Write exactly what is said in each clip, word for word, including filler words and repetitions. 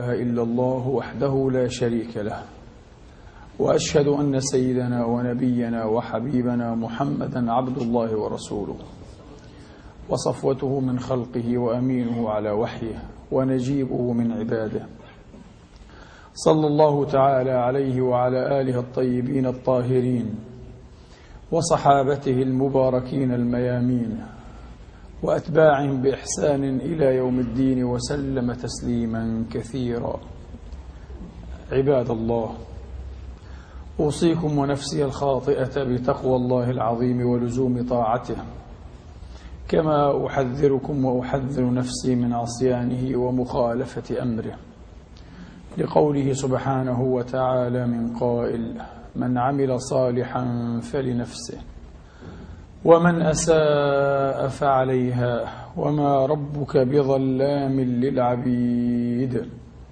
إلا الله وحده لا شريك له، وأشهد أن سيدنا ونبينا وحبيبنا محمدا عبد الله ورسوله، وصفوته من خلقه وأمينه على وحيه، ونجيبه من عباده، صلى الله تعالى عليه وعلى آله الطيبين الطاهرين وصحابته المباركين الميامين وأتباعهم بإحسان إلى يوم الدين وسلم تسليما كثيرا. عباد الله، أوصيكم ونفسي الخاطئة بتقوى الله العظيم ولزوم طاعته، كما أحذركم وأحذر نفسي من عصيانه ومخالفة أمره، لقوله سبحانه وتعالى من قائل: من عمل صالحا فلنفسه ومن أساء فعليها وما ربك بظلام للعبيد.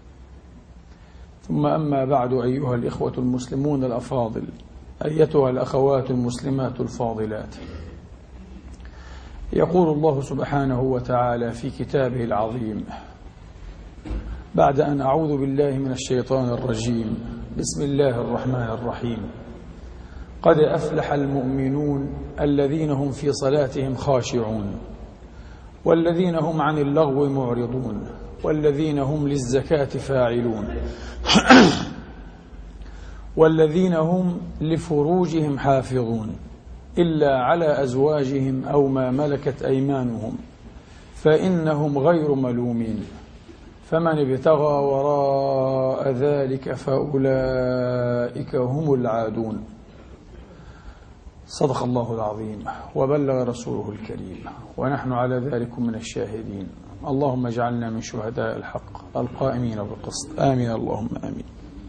ثم أما بعد، أيها الإخوة المسلمون الأفاضل، أيتها الأخوات المسلمات الفاضلات، يقول الله سبحانه وتعالى في كتابه العظيم بعد أن أعوذ بالله من الشيطان الرجيم: بسم الله الرحمن الرحيم. قد أفلح المؤمنون الذين هم في صلاتهم خاشعون والذين هم عن اللغو معرضون والذين هم للزكاة فاعلون والذين هم لفروجهم حافظون إلا على أزواجهم أو ما ملكت أيمانهم فإنهم غير ملومين، فمن ابتغى وراء ذلك فأولئك هم العادون. صدق الله العظيم وبلغ رسوله الكريم، ونحن على ذلك من الشاهدين. اللهم اجعلنا من شهداء الحق القائمين بالقسط، آمين اللهم آمين.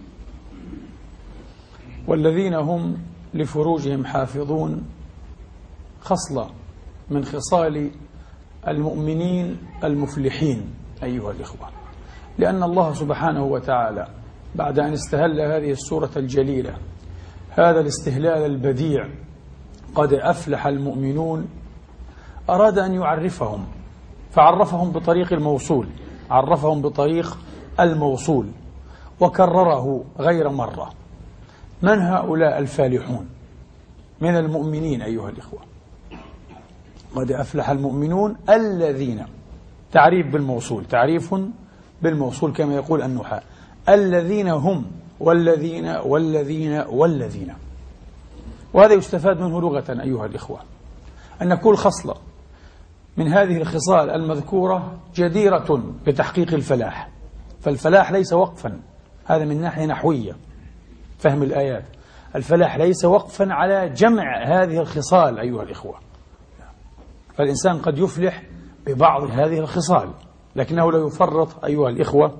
والذين هم لفروجهم حافظون خصلة من خصال المؤمنين المفلحين أيها الإخوة، لأن الله سبحانه وتعالى بعد أن استهل هذه السورة الجليلة هذا الاستهلال البديع قد أفلح المؤمنون، أراد أن يعرفهم، فعرفهم بطريق الموصول، عرفهم بطريق الموصول وكرره غير مرة. من هؤلاء الفالحون من المؤمنين أيها الإخوة؟ قد أفلح المؤمنون الذين، تعريف بالموصول، تعريف بالموصول كما يقول النحاة، الذين هم والذين والذين والذين. وهذا يستفاد منه لغة أيها الإخوة، أن كل خصلة من هذه الخصال المذكورة جديرة بتحقيق الفلاح، فالفلاح ليس وقفا، هذا من ناحية نحوية فهم الآيات، الفلاح ليس وقفا على جمع هذه الخصال أيها الإخوة، فالإنسان قد يفلح ببعض هذه الخصال لكنه لا يفرط أيها الإخوة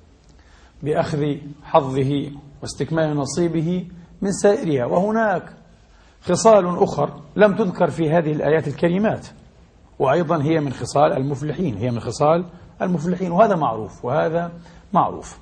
بأخذ حظه واستكمال نصيبه من سائرها. وهناك خصال أخر لم تذكر في هذه الآيات الكريمات، وأيضا هي من خصال المفلحين، هي من خصال المفلحين، وهذا معروف وهذا معروف.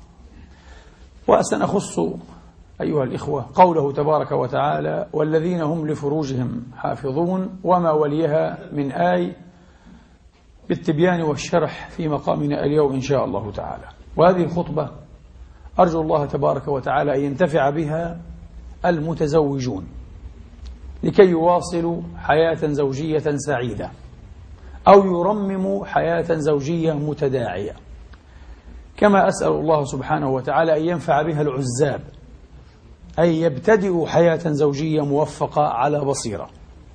وسنخص أيها الإخوة قوله تبارك وتعالى: والذين هم لفروجهم حافظون، وما وليها من آي بالتبيان والشرح في مقامنا اليوم إن شاء الله تعالى. وهذه الخطبة أرجو الله تبارك وتعالى أن ينتفع بها المتزوجون لكي يواصلوا حياة زوجية سعيدة أو يرمموا حياة زوجية متداعية، كما أسأل الله سبحانه وتعالى أن ينفع بها العزاب، أي يبتدئوا حياة زوجية موفقة على بصيرة.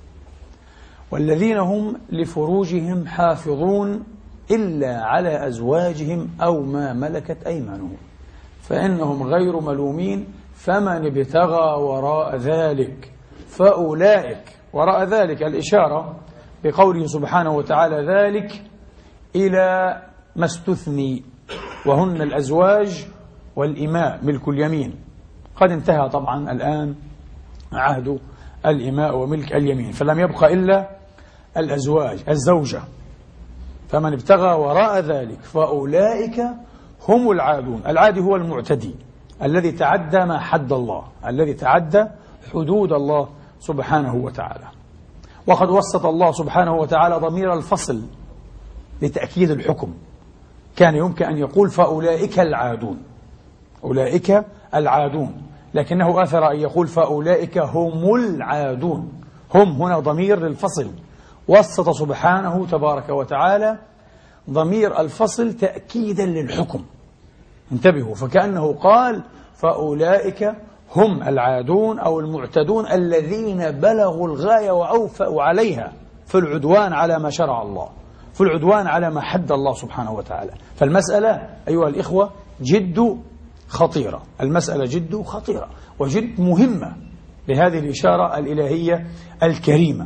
والذين هم لفروجهم حافظون إلا على أزواجهم أو ما ملكت أيمانهم فإنهم غير ملومين، فمن ابتغى وراء ذلك فأولئك. وراء ذلك الإشارة بقوله سبحانه وتعالى ذلك إلى ما استثني، وهن الأزواج والإماء ملك اليمين. قد انتهى طبعا الآن عهد الإماء وملك اليمين، فلم يبقى إلا الأزواج الزوجة. فمن ابتغى وراء ذلك فأولئك هم العادون. العادي هو المعتدي الذي تعدى ما حد الله، الذي تعدى حدود الله سبحانه وتعالى. وقد وسط الله سبحانه وتعالى ضمير الفصل لتأكيد الحكم، كان يمكن أن يقول فأولئك العادون، أولئك العادون، لكنه آثر أن يقول فأولئك هم العادون. هم هنا ضمير للفصل، وسط سبحانه تبارك وتعالى ضمير الفصل تأكيدا للحكم. انتبهوا، فكأنه قال فأولئك هم العادون أو المعتدون الذين بلغوا الغاية وأوفأوا عليها في العدوان على ما شرع الله، في العدوان على ما حد الله سبحانه وتعالى. فالمسألة أيها الإخوة جد خطيرة، المسألة جد خطيرة وجد مهمة لهذه الإشارة الإلهية الكريمة.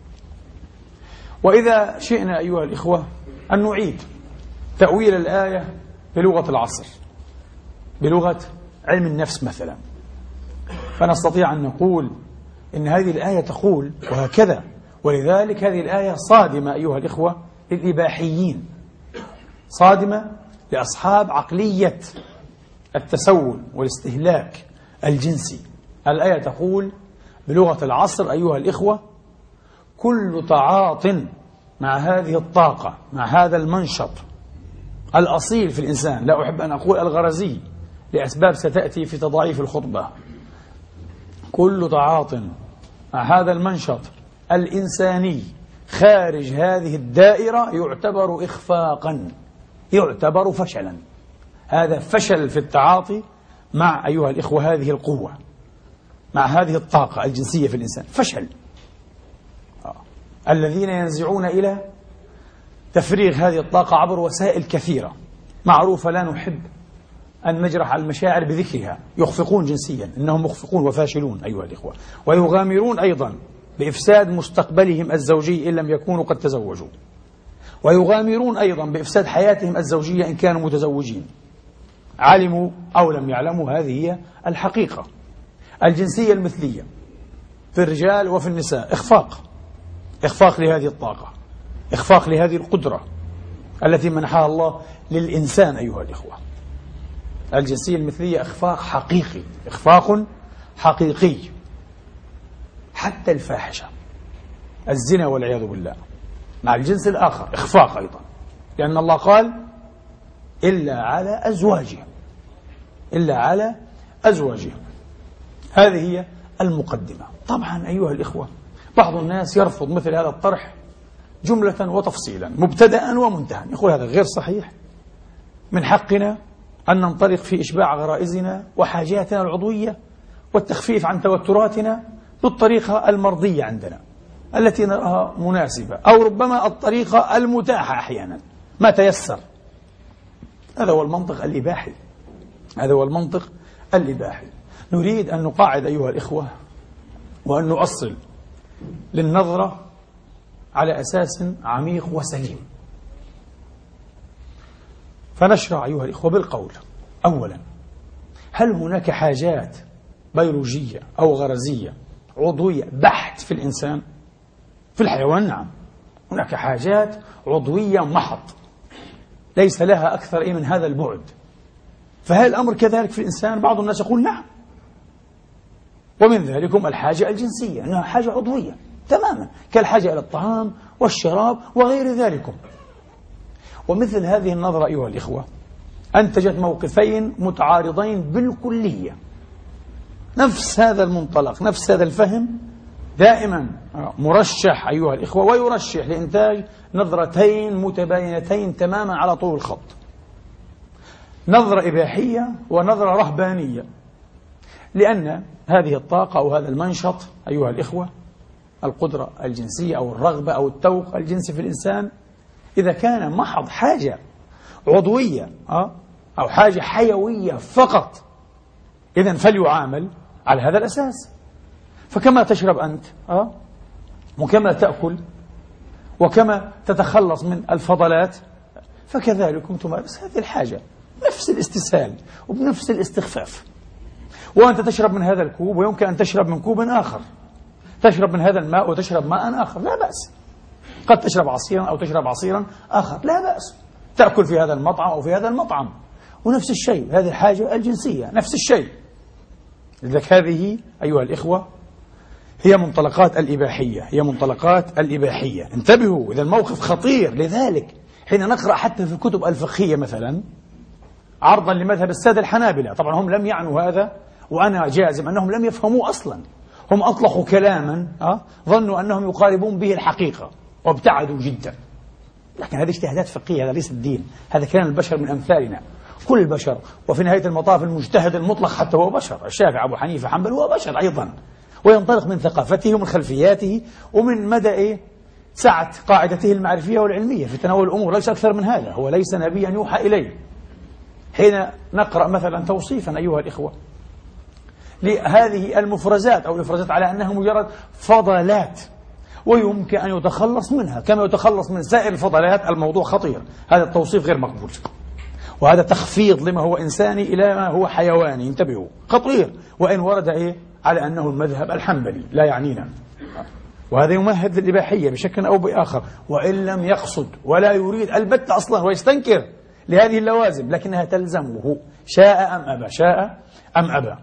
وإذا شئنا أيها الإخوة أن نعيد تأويل الآية بلغة العصر، بلغة علم النفس مثلا، فنستطيع أن نقول إن هذه الآية تقول وهكذا. ولذلك هذه الآية صادمة أيها الإخوة للإباحيين، صادمة لأصحاب عقلية التسول والاستهلاك الجنسي. الآية تقول بلغة العصر أيها الإخوة كل تعاط مع هذه الطاقة، مع هذا المنشط الأصيل في الإنسان، لا أحب أن أقول الغرزي لأسباب ستأتي في تضعيف الخطبة، كل تعاط مع هذا المنشط الإنساني خارج هذه الدائرة يعتبر إخفاقا، يعتبر فشلا. هذا فشل في التعاطي مع أيها الإخوة هذه القوة، مع هذه الطاقة الجنسية في الإنسان، فشل. آه. الذين ينزعون إلى تفريغ هذه الطاقة عبر وسائل كثيرة معروفة، لا نحب أن نجرح المشاعر بذكرها، يخفقون جنسيا، إنهم مخفقون وفاشلون أيها الإخوة، ويغامرون أيضا بإفساد مستقبلهم الزوجي إن لم يكونوا قد تزوجوا، ويغامرون أيضا بإفساد حياتهم الزوجية إن كانوا متزوجين، علموا أو لم يعلموا. هذه هي الحقيقة. الجنسية المثلية في الرجال وفي النساء إخفاق، إخفاق لهذه الطاقة، إخفاق لهذه القدرة التي منحها الله للإنسان أيها الإخوة. الجنسية المثلية إخفاق حقيقي، إخفاق حقيقي. حتى الفاحشة، الزنا والعياذ بالله مع الجنس الآخر إخفاق أيضا، لأن الله قال إلا على أزواجهم، إلا على أزواجهم. هذه هي المقدمة. طبعا أيها الإخوة بعض الناس يرفض مثل هذا الطرح جملة وتفصيلا، مبتدأ ومنتهى، يقول هذا غير صحيح، من حقنا أن ننطلق في إشباع غرائزنا وحاجاتنا العضوية والتخفيف عن توتراتنا بالطريقة المرضية عندنا التي نراها مناسبة، أو ربما الطريقة المتاحة أحيانا ما تيسر. هذا هو المنطق الإباحي، هذا هو المنطق الإباحي. نريد أن نقاعد أيها الإخوة وأن نؤصل للنظرة على أساس عميق وسليم. فنشرع أيها الإخوة بالقول. أولا، هل هناك حاجات بيولوجية أو غرزية عضوية بحت في الإنسان؟ في الحيوان نعم، هناك حاجات عضوية محض ليس لها أكثر من هذا البعد. فهل الأمر كذلك في الإنسان؟ بعض الناس يقول نعم، ومن ذلكم الحاجة الجنسية أنها حاجة عضوية تماما كالحاجة إلى الطعام والشراب وغير ذلك. ومثل هذه النظرة أيها الإخوة أنتجت موقفين متعارضين بالكلية. نفس هذا المنطلق، نفس هذا الفهم دائما مرشح أيها الإخوة، ويرشح لإنتاج نظرتين متباينتين تماما على طول الخط، نظرة إباحية ونظرة رهبانية. لأن هذه الطاقة أو هذا المنشط أيها الإخوة، القدرة الجنسية أو الرغبة أو التوق الجنسي في الإنسان، إذا كان محض حاجة عضوية أو حاجة حيوية فقط، إذن فليعامل على هذا الأساس. فكما تشرب أنت أه؟ وكما تأكل وكما تتخلص من الفضلات، فكذلكم تمارس هذه الحاجة، نفس الاستسهال وبنفس الاستخفاف. وأنت تشرب من هذا الكوب ويمكن أن تشرب من كوب آخر، تشرب من هذا الماء وتشرب ماء آخر، لا بأس. قد تشرب عصيرا أو تشرب عصيرا آخر، لا بأس. تأكل في هذا المطعم أو في هذا المطعم، ونفس الشيء. هذه الحاجة الجنسية نفس الشيء. لذلك هذه أيها الإخوة هي منطلقات الإباحية، هي منطلقات الإباحية. انتبهوا، إذا الموقف خطير. لذلك حين نقرأ حتى في الكتب الفقهية مثلا عرضا لمذهب السادة الحنابلة، طبعا هم لم يعنوا هذا، وأنا جازم أنهم لم يفهموه أصلا، هم أطلقوا كلاما أه؟ ظنوا أنهم يقاربون به الحقيقة وابتعدوا جدا. لكن هذه اجتهادات فقهية، هذا ليس الدين، هذا كلام البشر من أمثالنا، كل البشر، وفي نهاية المطاف المجتهد المطلق حتى هو بشر، الشافعي أبو حنيفة حنبل هو بشر أيضا، وينطلق من ثقافته ومن خلفياته ومن مدى إيه؟ سعة قاعدته المعرفية والعلمية في تناول الأمور، ليس أكثر من هذا، هو ليس نبيا يوحى إليه. حين نقرأ مثلا توصيفا أيها الإخوة لهذه المفرزات أو الإفرازات على أنها مجرد فضلات ويمكن أن يتخلص منها كما يتخلص من سائر الفضلات، الموضوع خطير، هذا التوصيف غير مقبول، وهذا تخفيض لما هو إنساني إلى ما هو حيواني، انتبهوا، خطير، وإن ورد إيه على أنه المذهب الحنبلي لا يعنينا، وهذا يمهد للإباحية بشكل أو بآخر، وإن لم يقصد ولا يريد البتة أصلا ويستنكر لهذه اللوازم، لكنها تلزمه شاء أم أبى، شاء أم أبى.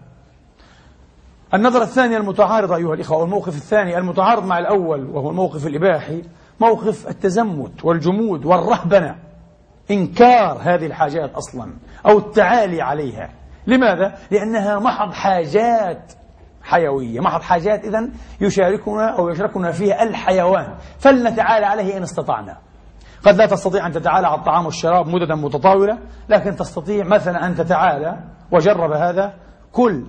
النظرة الثانية المتعارضة أيها الإخوة، والموقف الثاني المتعارض مع الأول وهو الموقف الإباحي، موقف التزمت والجمود والرهبنة، إنكار هذه الحاجات أصلا أو التعالي عليها. لماذا؟ لأنها محض حاجات حيوية، محض حاجات إذن يشاركنا أو يشاركنا فيها الحيوان، فلنتعالى عليه إن استطعنا. قد لا تستطيع أن تتعالى على الطعام والشراب مددا متطاولة، لكن تستطيع مثلا أن تتعالى، وجرب هذا كل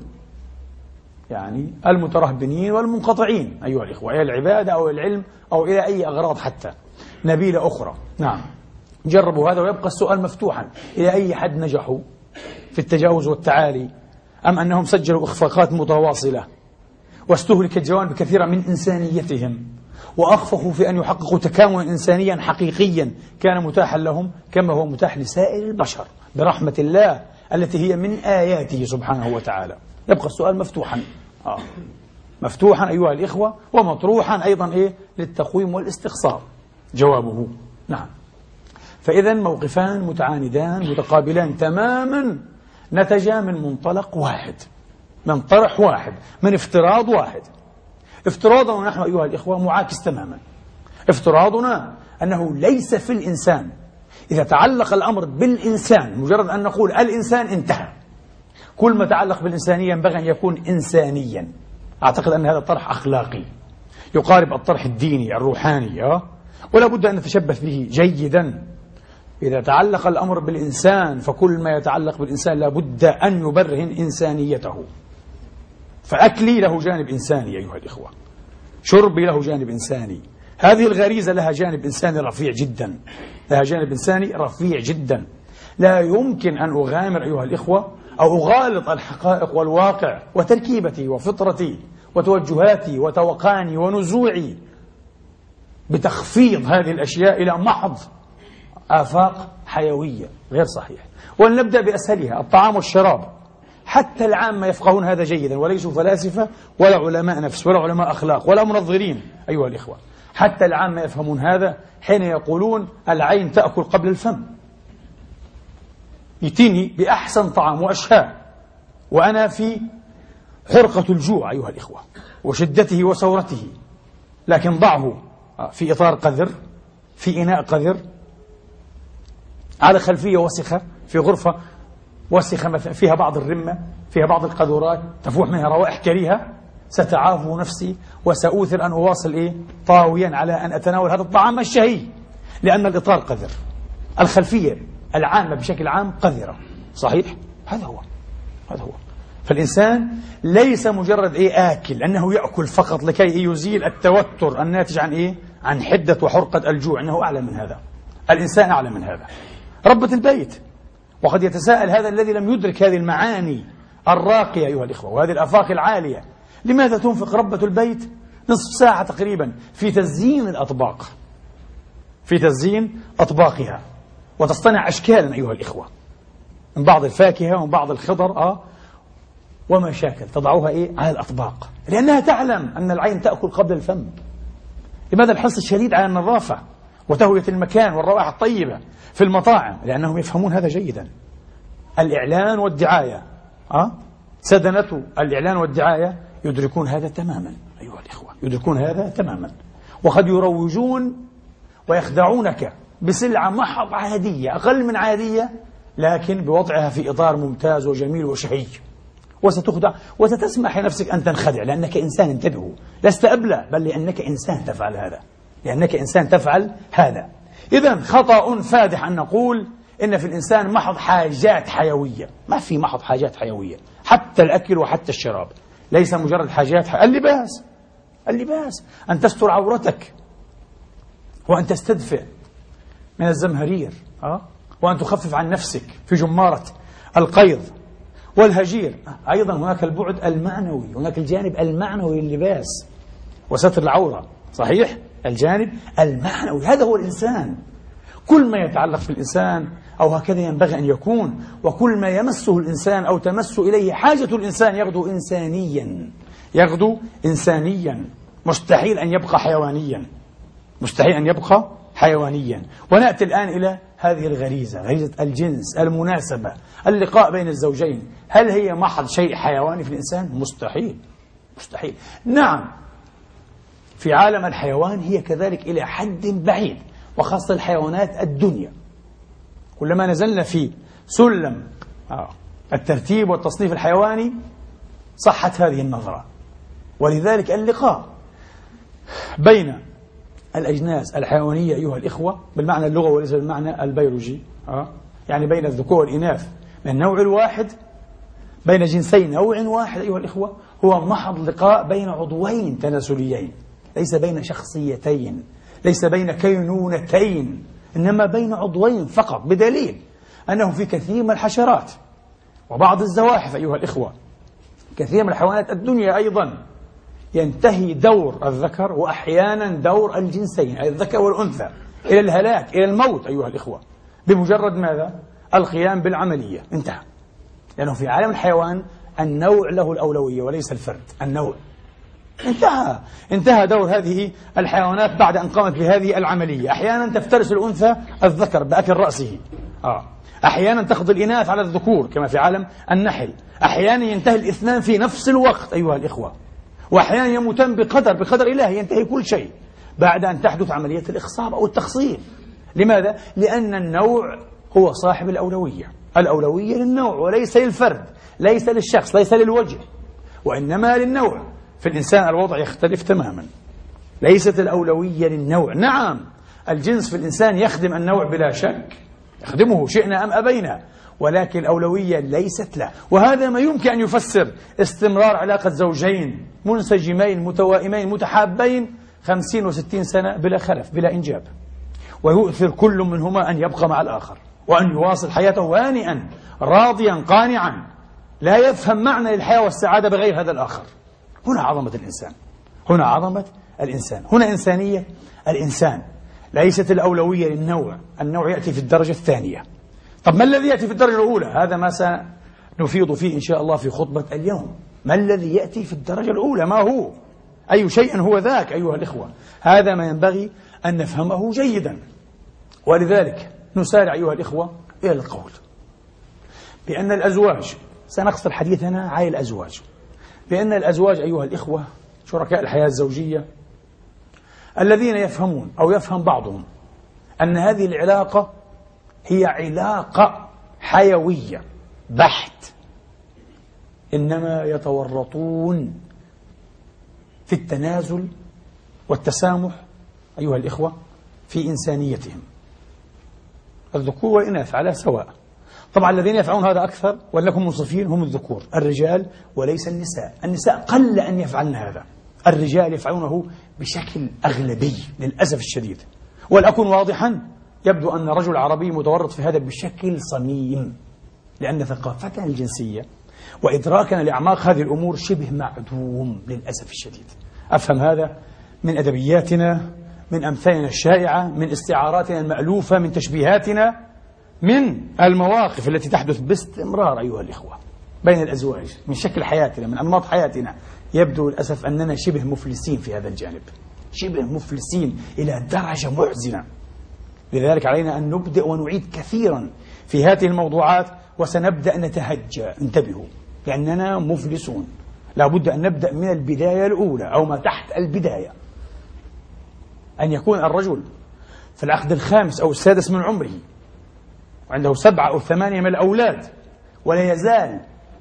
يعني المترهبنين والمنقطعين أيها الإخوة إلى العبادة أو العلم أو إلى أي أغراض حتى نبيلة أخرى. نعم، جربوا هذا، ويبقى السؤال مفتوحا، إلى أي حد نجحوا في التجاوز والتعالي، أم أنهم سجلوا إخفاقات متواصلة واستهلكت جوانب كثيرة من إنسانيتهم، وأخفقوا في أن يحققوا تكاملا إنسانيا حقيقيا كان متاحا لهم كما هو متاح لسائر البشر برحمة الله التي هي من آياته سبحانه وتعالى. يبقى السؤال مفتوحا آه. مفتوحا أيها الإخوة، ومطروحا أيضا إيه للتقويم والاستقصاء جوابه. نعم، فإذا موقفان متعاندان متقابلان تماما، نتجا من منطلق واحد، من طرح واحد، من افتراض واحد. افتراضنا نحن أيها الإخوة معاكس تماما. افتراضنا أنه ليس في الإنسان، إذا تعلق الأمر بالإنسان مجرد أن نقول الإنسان انتهى، كل ما تعلق بالإنسانية ينبغي أن يكون إنسانيا. أعتقد أن هذا الطرح أخلاقي يقارب الطرح الديني الروحاني أه؟ ولا بد أن نتشبث به جيدا. إذا تعلق الأمر بالإنسان فكل ما يتعلق بالإنسان لا بد أن يبرهن إنسانيته. فأكلي له جانب إنساني أيها الإخوة، شربي له جانب إنساني، هذه الغريزة لها جانب إنساني رفيع جدا، لها جانب إنساني رفيع جدا. لا يمكن أن أغامر أيها الإخوة أو أغالط الحقائق والواقع وتركيبتي وفطرتي وتوجهاتي وتوقاني ونزوعي بتخفيض هذه الأشياء إلى محض آفاق حيوية، غير صحيح. ولنبدأ بأسهلها، الطعام والشراب. حتى العامة يفقهون هذا جيدا، وليسوا فلاسفة ولا علماء نفس ولا علماء أخلاق ولا منظرين أيها الإخوة. حتى العامة يفهمون هذا حين يقولون العين تأكل قبل الفم. يتيني بأحسن طعام وأشهى وأنا في حرقة الجوع أيها الإخوة وشدته وسورته، لكن ضعه في إطار قذر، في إناء قذر، على خلفية وسخة، في غرفة وسخة مثلا فيها بعض الرمة، فيها بعض القذورات تفوح منها روائح كريهة، ستعافو نفسي وسأوثر أن أواصل إيه؟ طاويا على أن أتناول هذا الطعام الشهي، لأن الإطار قذر، الخلفية العامة بشكل عام قذرة. صحيح؟ هذا هو هذا هو فالإنسان ليس مجرد إيه آكل، أنه يأكل فقط لكي يزيل التوتر الناتج عن إيه؟ عن حدة وحرقة الجوع، أنه أعلى من هذا. الإنسان أعلى من هذا. ربة البيت، وقد يتساءل هذا الذي لم يدرك هذه المعاني الراقية أيها الإخوة وهذه الآفاق العالية، لماذا تنفق ربة البيت نصف ساعة تقريبا في تزيين الأطباق، في تزيين أطباقها، وتصطنع أشكالا أيها الإخوة من بعض الفاكهة ومن بعض الخضر آه ومشاكل تضعوها إيه على الأطباق، لأنها تعلم أن العين تأكل قبل الفم. لماذا الحرص الشديد على النظافة وتهوية المكان والروائح الطيبة في المطاعم؟ لأنهم يفهمون هذا جيدا. الإعلان والدعاية أه؟ سدنة الإعلان والدعاية يدركون هذا تماما أيها الإخوة، يدركون هذا تماما، وقد يروجون ويخدعونك بسلعة محض عادية أقل من عادية، لكن بوضعها في إطار ممتاز وجميل وشهي، وستخدع وستسمح لنفسك أن تنخدع، لأنك إنسان، انتبهوا، لست أبلة، بل لأنك إنسان تفعل هذا، لأنك إنسان تفعل هذا. إذن خطأ فادح أن نقول إن في الإنسان محض حاجات حيوية. ما في محض حاجات حيوية، حتى الأكل وحتى الشراب ليس مجرد حاجات حي... اللباس اللباس أن تستر عورتك، وأن تستدفئ من الزمهرير، أه؟ وأن تخفف عن نفسك في جمارة القيض والهجير. أيضا هناك البعد المعنوي، هناك الجانب المعنوي للباس وستر العورة، صحيح؟ الجانب المعنوي، هذا هو الإنسان. كل ما يتعلق بالإنسان أو هكذا ينبغي أن يكون، وكل ما يمسه الإنسان أو تمس إليه حاجة الإنسان يغدو إنسانيا، يغدو إنسانيا، مستحيل أن يبقى حيوانيا، مستحيل أن يبقى حيوانيا. ونأتي الآن إلى هذه الغريزة، غريزة الجنس، المناسبة، اللقاء بين الزوجين. هل هي محض شيء حيواني في الإنسان؟ مستحيل، مستحيل. نعم، في عالم الحيوان هي كذلك إلى حد بعيد، وخاصة الحيوانات الدنيا. كلما نزلنا في سلم آه. الترتيب والتصنيف الحيواني صحت هذه النظرة. ولذلك اللقاء بين الأجناس الحيوانية أيها الإخوة بالمعنى اللغوي وليس بالمعنى البيولوجي، آه. يعني بين الذكور والإناث من النوع الواحد، بين جنسي نوع واحد أيها الإخوة، هو محض لقاء بين عضوين تناسليين، ليس بين شخصيتين، ليس بين كينونتين، إنما بين عضوين فقط، بدليل أنه في كثير من الحشرات وبعض الزواحف أيها الإخوة، كثير من الحيوانات الدنيا أيضا، ينتهي دور الذكر وأحيانا دور الجنسين أي الذكر والأنثى إلى الهلاك، إلى الموت أيها الإخوة، بمجرد ماذا؟ القيام بالعملية. انتهى. لأنه في عالم الحيوان النوع له الأولوية وليس الفرد، النوع. انتهى انتهى دور هذه الحيوانات بعد أن قامت بهذه العملية. أحيانا تفترس الأنثى الذكر بأكل رأسه، آه. أحيانا تقضي الإناث على الذكور كما في عالم النحل. أحيانا ينتهي الاثنان في نفس الوقت أيها الإخوة، وأحيانا يموتان بقدر بقدر إلهي، ينتهي كل شيء بعد أن تحدث عملية الإخصاب أو التخصيب. لماذا؟ لأن النوع هو صاحب الأولوية، الأولوية للنوع وليس للفرد، ليس للشخص، ليس للوجه، وإنما للنوع. في الإنسان الوضع يختلف تماما، ليست الأولوية للنوع. نعم، الجنس في الإنسان يخدم النوع بلا شك، يخدمه شئنا أم أبينا، ولكن الأولوية ليست له. وهذا ما يمكن أن يفسر استمرار علاقة زوجين منسجمين متوائمين متحابين خمسين وستين سنة بلا خلف بلا إنجاب، ويؤثر كل منهما أن يبقى مع الآخر وأن يواصل حياته هانئا راضيا قانعا، لا يفهم معنى الحياة والسعادة بغير هذا الآخر. هنا عظمة الإنسان، هنا عظمة الإنسان، هنا إنسانية الإنسان. ليست الأولوية للنوع، النوع يأتي في الدرجة الثانية. طب ما الذي يأتي في الدرجة الأولى؟ هذا ما سنفيض فيه إن شاء الله في خطبة اليوم. ما الذي يأتي في الدرجة الأولى؟ ما هو؟ أي شيء هو ذاك أيها الإخوة؟ هذا ما ينبغي أن نفهمه جيدا. ولذلك نسارع أيها الإخوة إلى القول بأن الأزواج، سنقصر حديثنا عن الأزواج، بأن الأزواج أيها الإخوة شركاء الحياة الزوجية الذين يفهمون أو يفهم بعضهم أن هذه العلاقة هي علاقة حيوية بحت، إنما يتورطون في التنازل والتسامح أيها الإخوة في إنسانيتهم، الذكور والإناث على سواء. طبعا الذين يفعلون هذا أكثر ولكم منصفين هم الذكور، الرجال وليس النساء. النساء قل أن يفعلن هذا، الرجال يفعلونه بشكل أغلبي للأسف الشديد. ولأكن واضحا، يبدو أن رجل عربي متورط في هذا بشكل صميم، لأن ثقافتنا الجنسية وإدراكنا لأعماق هذه الأمور شبه معدوم للأسف الشديد. أفهم هذا من أدبياتنا، من أمثالنا الشائعة، من استعاراتنا المألوفة، من تشبيهاتنا، من المواقف التي تحدث باستمرار أيها الإخوة بين الأزواج، من شكل حياتنا، من أنماط حياتنا. يبدو للأسف أننا شبه مفلسين في هذا الجانب، شبه مفلسين إلى درجة محزنة. لذلك علينا أن نبدأ ونعيد كثيرا في هذه الموضوعات، وسنبدأ نتهجى. انتبهوا، لأننا مفلسون، لابد أن نبدأ من البداية الأولى أو ما تحت البداية. أن يكون الرجل في العقد الخامس أو السادس من عمره، وعنده سبعة أو ثمانية من الأولاد، ولا يزال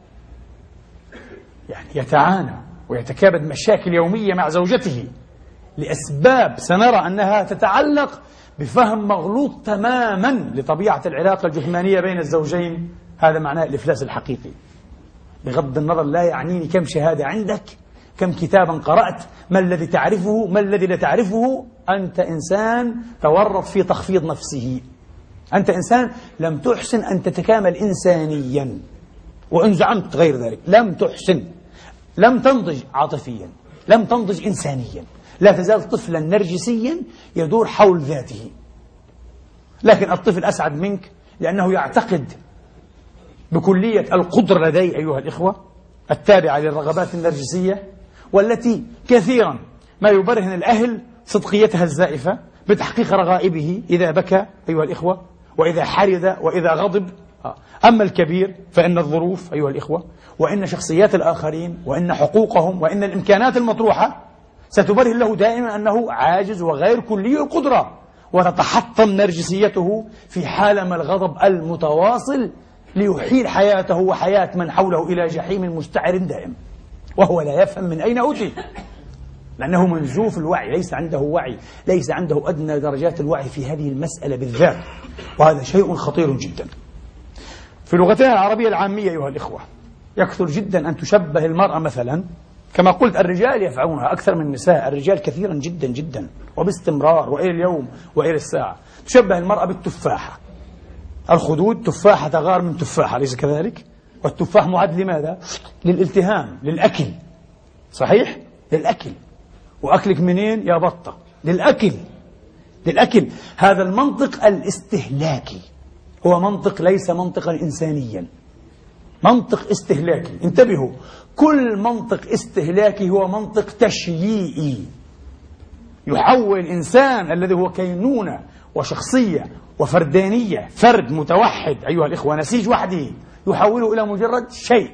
يعني يتعانى ويتكابد مشاكل يومية مع زوجته لأسباب سنرى أنها تتعلق بفهم مغلوط تماما لطبيعة العلاقة الجثمانية بين الزوجين. هذا معناه الإفلاس الحقيقي. بغض النظر لا يعنيني كم شهادة عندك، كم كتابا قرأت، ما الذي تعرفه، ما الذي لا تعرفه. أنت إنسان تورط في تخفيض نفسه، أنت إنسان لم تحسن أن تتكامل إنسانيا، وإن زعمت غير ذلك لم تحسن، لم تنضج عاطفيا، لم تنضج إنسانيا، لا تزال طفلا نرجسيا يدور حول ذاته. لكن الطفل أسعد منك لأنه يعتقد بكلية القدرة لدي أيها الإخوة التابعة للرغبات النرجسية، والتي كثيرا ما يبرهن الأهل صدقيتها الزائفة بتحقيق رغائبه إذا بكى أيها الإخوة، وإذا حرد، وإذا غضب. أما الكبير فإن الظروف أيها الإخوة، وإن شخصيات الآخرين، وإن حقوقهم، وإن الإمكانات المطروحة ستبرهن له دائما أنه عاجز وغير كلي القدرة، وتتحطم نرجسيته في حالة الغضب المتواصل ليحيل حياته وحياة من حوله إلى جحيم مستعر دائم، وهو لا يفهم من أين أوتي، لأنه منزوف الوعي، ليس عنده وعي، ليس عنده أدنى درجات الوعي في هذه المسألة بالذات، وهذا شيء خطير جدا. في لغتنا العربية العامية أيها الإخوة يكثر جدا أن تشبه المرأة مثلا، كما قلت الرجال يفعلونها أكثر من النساء، الرجال كثيرا جدا جدا وباستمرار وإلى اليوم وإلى الساعة، تشبه المرأة بالتفاحة. الخدود تفاحة تغار من تفاحة، ليس كذلك؟ والتفاح معد لماذا؟ للالتهام، للأكل، صحيح؟ للأكل. وأكلك منين يا بطة؟ للأكل، للأكل. هذا المنطق الاستهلاكي هو منطق ليس منطقا إنسانيا، منطق استهلاكي. انتبهوا، كل منطق استهلاكي هو منطق تشييعي، يحول الإنسان الذي هو كينونة وشخصية وفردانية، فرد متوحد أيها الإخوة، نسيج وحده، يحوله إلى مجرد شيء.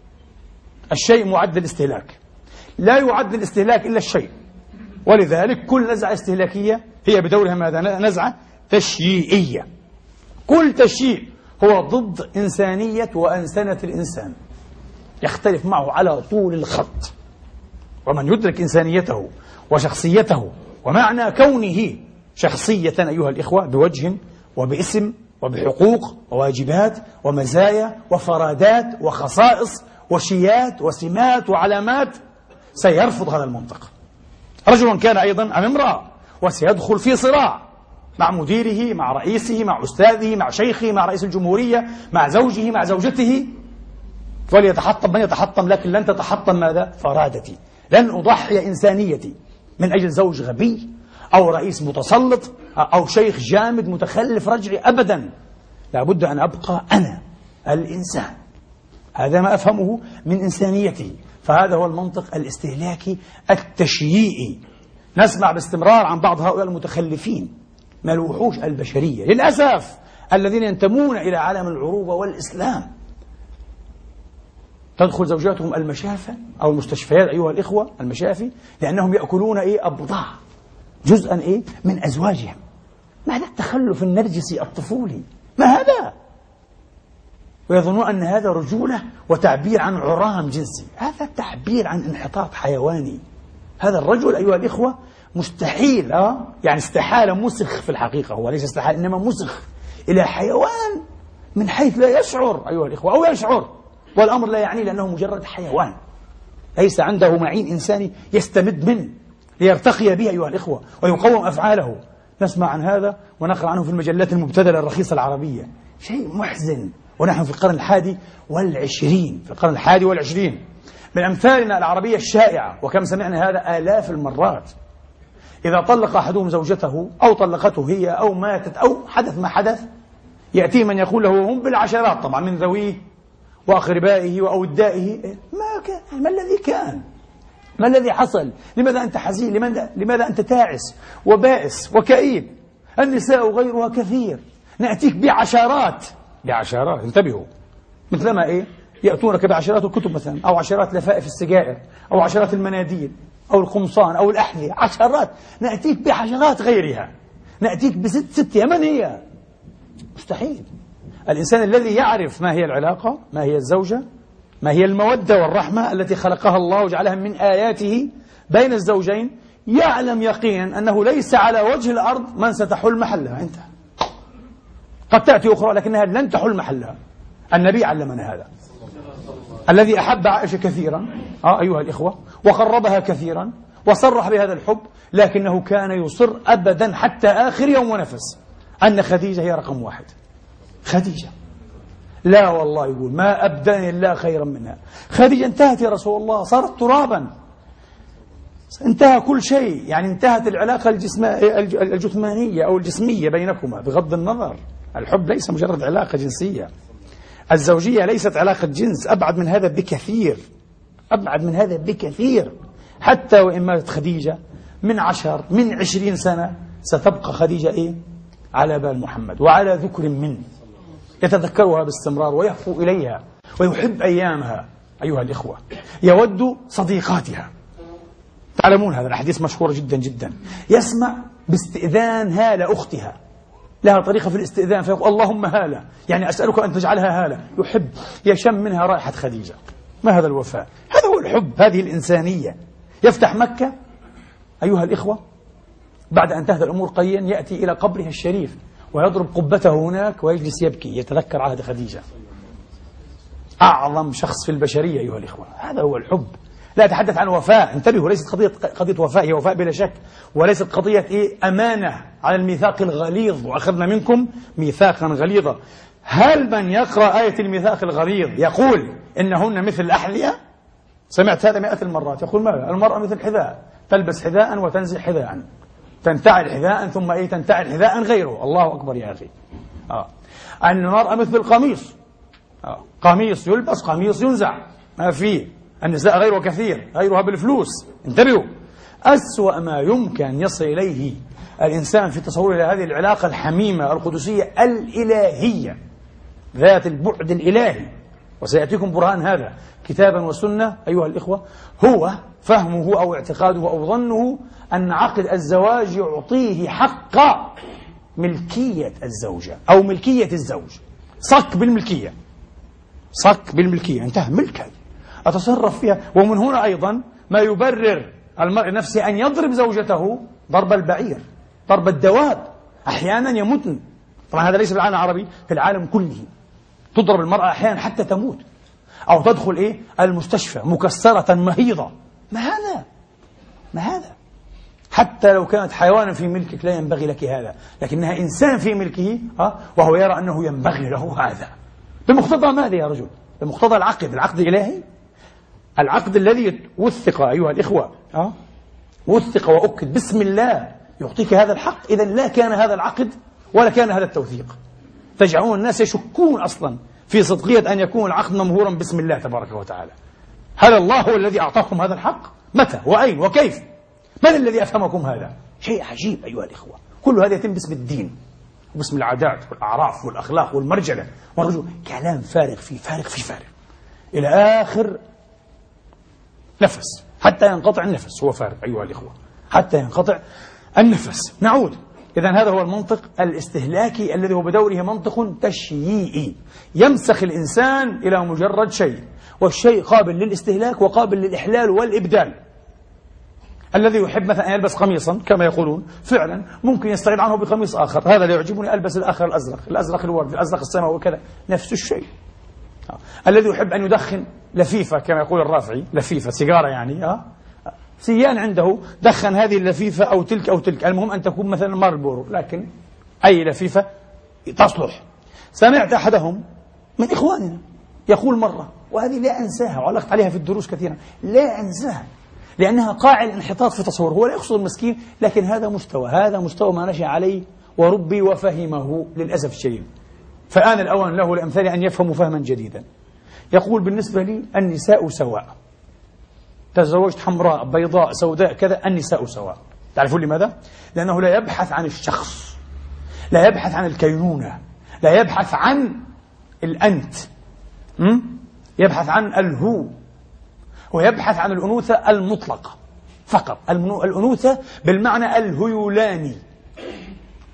الشيء معد الاستهلاك، لا يعد الاستهلاك إلا الشيء. ولذلك كل نزعة استهلاكية هي بدورها ماذا؟ نزعة تشييعية. كل تشييع هو ضد إنسانية وأنسنة الإنسان، يختلف معه على طول الخط. ومن يدرك إنسانيته وشخصيته ومعنى كونه شخصية أيها الإخوة بوجه وباسم وبحقوق وواجبات ومزايا وفرادات وخصائص وشيات وسمات وعلامات، سيرفض هذا المنطق. رجل كان أيضا أم امرأة، وسيدخل في صراع مع مديره، مع رئيسه، مع أستاذه، مع شيخه، مع رئيس الجمهورية، مع زوجه، مع زوجته. وليتحطم من يتحطم، لكن لن تتحطم ماذا؟ فرادتي. لن أضحي إنسانيتي من أجل زوج غبي أو رئيس متسلط أو شيخ جامد متخلف رجعي، أبدا. لابد أن أبقى أنا الإنسان. هذا ما أفهمه من إنسانيتي. فهذا هو المنطق الاستهلاكي التشييعي. نسمع باستمرار عن بعض هؤلاء المتخلفين من الوحوش البشرية للأسف الذين ينتمون إلى عالم العروبة والإسلام. تدخل زوجاتهم المشافى أو المستشفيات أيها الإخوة، المشافي، لأنهم يأكلون إيه؟ البضاع، جزءا إيه؟ من أزواجهم. ما هذا التخلف النرجسي الطفولي؟ ما هذا؟ ويظنون أن هذا رجولة وتعبير عن عرام جنسي. هذا تعبير عن انحطاط حيواني. هذا الرجل أيها الإخوة مستحيل، أه؟ يعني استحالة مسخ في الحقيقة، هو ليس استحال إنما مسخ إلى حيوان من حيث لا يشعر أيها الإخوة، أو يشعر والأمر لا يعني، لأنه مجرد حيوان ليس عنده معين إنساني يستمد منه ليرتقي به أيها الإخوة ويقوم أفعاله. نسمع عن هذا ونقرأ عنه في المجلات المبتذلة الرخيصة العربية. شيء محزن. ونحن في القرن الحادي والعشرين، في القرن الحادي والعشرين، من أمثالنا العربية الشائعة، وكم سمعنا هذا آلاف المرات. إذا طلق أحدهم زوجته أو طلقته هي أو ماتت أو حدث ما حدث، يأتي من يقول له، وهم بالعشرات طبعا من ذويه وأقربائه وأودائه، ما كان، ما الذي كان، ما الذي حصل، لماذا أنت حزين، لماذا, لماذا أنت تعس وبائس وكئيب، النساء غيرها كثير، نأتيك بعشرات بعشرات انتبهوا، مثلما إيه يأتونك بعشرات الكتب مثلا، أو عشرات لفائف السجائر، أو عشرات المناديل، أو القمصان، أو الأحذية، عشرات، نأتيك بعشرات غيرها. نأتيك بست ست من هي؟ مستحيل. الإنسان الذي يعرف ما هي العلاقة، ما هي الزوجة، ما هي المودة والرحمة التي خلقها الله وجعلها من آياته بين الزوجين، يعلم يقينا أنه ليس على وجه الأرض من ستحل محلها. انتهى. قد تأتي أخرى لكنها لن تحل محلها. النبي علمنا هذا، الذي أحب عائشة كثيرا آه أيها الإخوة وقربها كثيرا وصرح بهذا الحب، لكنه كان يصر أبدا حتى آخر يوم ونفس أن خديجة هي رقم واحد. خديجة لا والله، يقول ما أبداني الله خيرا منها. خديجة انتهت يا رسول الله، صارت ترابا، انتهى كل شيء، يعني انتهت العلاقة الجثمانية أو الجسمية بينكما بغض النظر. الحب ليس مجرد علاقة جنسية، الزوجية ليست علاقة جنس، أبعد من هذا بكثير، أبعد من هذا بكثير. حتى وإن ماتت خديجة من عشر من عشرين سنة ستبقى خديجة إيه؟ على بال محمد وعلى ذكر منه، يتذكرها باستمرار ويهفو إليها ويحب أيامها. أيها الإخوة، يود صديقاتها. تعلمون هذا الحديث مشهور جدا جدا. يسمع باستئذان هالة أختها، لها طريقة في الاستئذان فيقول اللهم هالة، يعني أسألك أن تجعلها هالة. يحب يشم منها رائحة خديجة. ما هذا الوفاء؟ هذا هو الحب، هذه الإنسانية. يفتح مكة أيها الإخوة بعد أن تهدى الأمور قليلا، يأتي إلى قبرها الشريف ويضرب قبته هناك ويجلس يبكي، يتذكر عهد خديجة، أعظم شخص في البشرية. أيها الإخوة، هذا هو الحب. لا أتحدث عن وفاء، انتبهوا، ليست قضية قضية وفاء، هي وفاء بلا شك، وليست قضية إيه؟ أمانة على الميثاق الغليظ، وأخذنا منكم ميثاقا غليظا. هل من يقرأ آية الميثاق الغليظ يقول إنهن مثل الأحذية؟ سمعت هذا مئات المرات. يقول ماذا؟ المرأة مثل حذاء، تلبس حذاء وتنزع حذاء، تنتعل حذاء ثم إيه تنتعل حذاء غيره. الله أكبر يا أخي. آه. أن المرأة مثل القميص، آه. قميص يلبس قميص ينزع، ما فيه. النساء غيره كثير، غيرها بالفلوس. انتبهوا، أسوأ ما يمكن يصل إليه الإنسان في تصوره إلى هذه العلاقة الحميمة القدسية الإلهية ذات البعد الإلهي، وسيأتيكم برهان هذا كتابا وسنة أيها الإخوة، هو فهمه أو اعتقاده أو ظنه أن عقد الزواج يعطيه حق ملكية الزوجة أو ملكية الزوج، صك بالملكية، صك بالملكية، انتهى ملك، أتصرف فيها. ومن هنا أيضا ما يبرر المرء نفسه أن يضرب زوجته ضرب البعير، ضرب الدواب، أحيانا يموتن. طبعا هذا ليس في العالم العربي، في العالم كله تضرب المرأة أحيانا حتى تموت، أو تدخل إيه المستشفى مكسرة مهيضة. ما هذا؟ ما هذا؟ حتى لو كانت حيوانا في ملكك لا ينبغي لك هذا، لكنها إنسان في ملكه ها، وهو يرى أنه ينبغي له هذا. بمقتضى ماذا يا رجل؟ بمقتضى العقد، العقد الإلهي، العقد الذي وثق أيها الإخوة، ها، وثق وأكد بسم الله يعطيك هذا الحق. إذا لا كان هذا العقد ولا كان هذا التوثيق. تجعلون الناس يشكون أصلا في صدقية أن يكون العقد ممهورا باسم الله تبارك وتعالى. هل الله هو الذي أعطاكم هذا الحق؟ متى وأين وكيف؟ من الذي أفهمكم هذا؟ شيء عجيب أيها الإخوة. كل هذا يتم باسم الدين وباسم العادات والأعراف والأخلاق والمرجلة والرجوع. كلام فارغ في فارغ في فارغ إلى آخر نفس، حتى ينقطع النفس. هو فارغ أيها الإخوة، حتى ينقطع النفس. نعود. إذن هذا هو المنطق الاستهلاكي الذي هو بدوره منطق تشييعي، يمسخ الإنسان إلى مجرد شيء، والشيء قابل للاستهلاك وقابل للإحلال والإبدال. الذي يحب مثلا أن يلبس قميصا كما يقولون فعلا ممكن يستغني عنه بقميص آخر. هذا لا يعجبني ألبس الآخر الأزرق، الأزرق الورد، الأزرق السماوي وكذا، نفس الشيء. الذي يحب أن يدخن لفيفة كما يقول الرافعي، لفيفة سيجارة يعني، أه؟ سيان عنده دخن هذه اللفيفة أو تلك أو تلك، المهم أن تكون مثلا مارلبورو، لكن أي لفيفة تصلح. سمعت أحدهم من إخواننا يقول مرة، وهذه لا أنساها وعلقت عليها في الدروس كثيرا، لا أنساها لأنها قاع الانحطاط في تصوره. هو لا يقصد المسكين، لكن هذا مستوى، هذا مستوى ما نشأ عليه وربي وفهمه للأسف الشديد. فآن الأوان له لأمثال أن يفهموا فهما جديدا. يقول بالنسبة لي النساء سواء، تزوجت حمراء بيضاء سوداء كذا، النساء سواء. تعرفون لماذا؟ لأنه لا يبحث عن الشخص، لا يبحث عن الكينونة، لا يبحث عن الأنت، م? يبحث عن الهو، ويبحث عن الأنوثة المطلقة فقط، الأنوثة بالمعنى الهيولاني،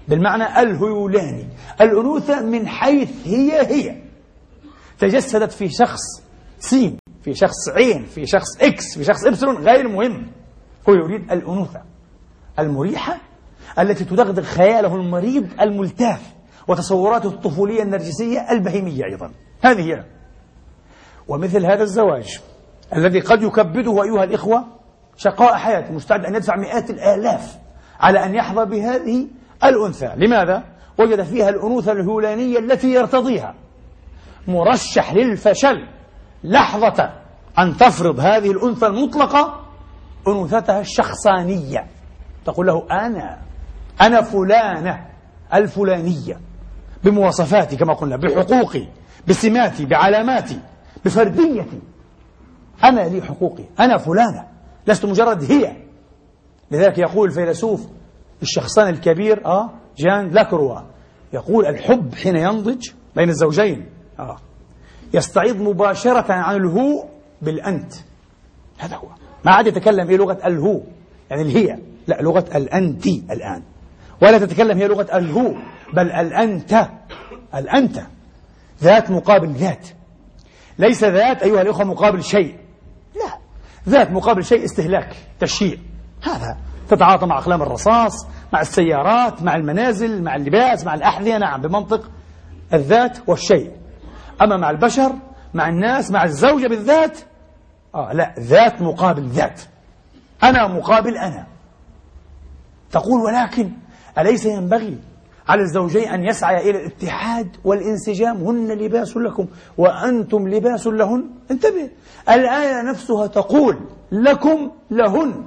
بالمعنى الهيولاني. الأنوثة من حيث هي هي تجسدت في شخص سين، في شخص عين، في شخص إكس، في شخص إبسلون، غير مهم. هو يريد الأنوثة المريحة التي تدغدغ خياله المريض الملتاف وتصوراته الطفولية النرجسية البهيمية أيضا. هذه هي. ومثل هذا الزواج الذي قد يكبده أيها الإخوة شقاء حياته، مستعد أن يدفع مئات الآلاف على أن يحظى بهذه الأنثى. لماذا؟ وجد فيها الأنوثة الهولانية التي يرتضيها، مرشح للفشل لحظة أن تفرض هذه الأنثى المطلقة أنوثتها الشخصانية، تقول له أنا أنا فلانة الفلانية بمواصفاتي كما قلنا، بحقوقي، بسماتي، بعلاماتي، بفرديتي. أنا لي حقوقي، أنا فلانة، لست مجرد هي. لذلك يقول الفيلسوف الشخصان الكبير آه جان لاكروا، يقول الحب حين ينضج بين الزوجين آه يستعيض مباشرة عن الهو بالأنت. هذا هو، ما عاد يتكلم هي لغة الهو يعني الهي، لا، لغة الأنت الآن، ولا تتكلم هي لغة الهو بل الأنت. الأنت ذات مقابل ذات، ليس ذات أيها الأخوة مقابل شيء، لا، ذات مقابل شيء استهلاك تشييع. هذا تتعاطى مع أقلام الرصاص، مع السيارات، مع المنازل، مع اللباس، مع الأحذية، نعم، بمنطق الذات والشيء. أما مع البشر، مع الناس، مع الزوجة بالذات، آه لا، ذات مقابل ذات، أنا مقابل أنا. تقول ولكن أليس ينبغي على الزوجين أن يسعيا إلى الاتحاد والانسجام؟ هن لباس لكم وأنتم لباس لهن. انتبه، الآية نفسها تقول لكم لهن.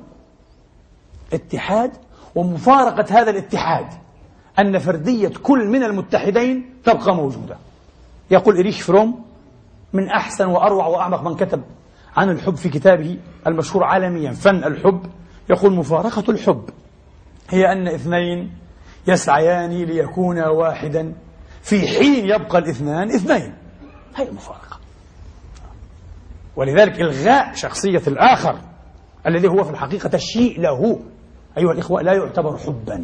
اتحاد ومفارقة هذا الاتحاد أن فردية كل من المتحدين تبقى موجودة. يقول إريش فروم من أحسن وأروع وأعمق من كتب عن الحب في كتابه المشهور عالميا فن الحب، يقول مفارقة الحب هي أن اثنين يسعيان ليكونا واحدا في حين يبقى الاثنان اثنين. هي المفارقة. ولذلك إلغاء شخصية الآخر الذي هو في الحقيقة الشيء له أيها الإخوة لا يعتبر حبا.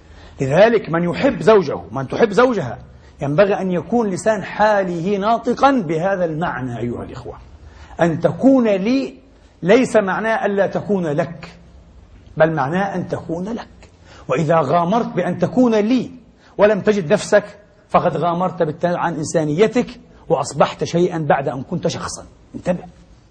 لذلك من يحب زوجه، من تحب زوجها، ينبغي أن يكون لسان حاله ناطقا بهذا المعنى أيها الإخوة. أن تكون لي ليس معناه ألا تكون لك، بل معناه أن تكون لك. وإذا غامرت بأن تكون لي ولم تجد نفسك فقد غامرت بالتالي عن إنسانيتك وأصبحت شيئا بعد أن كنت شخصا. انتبه،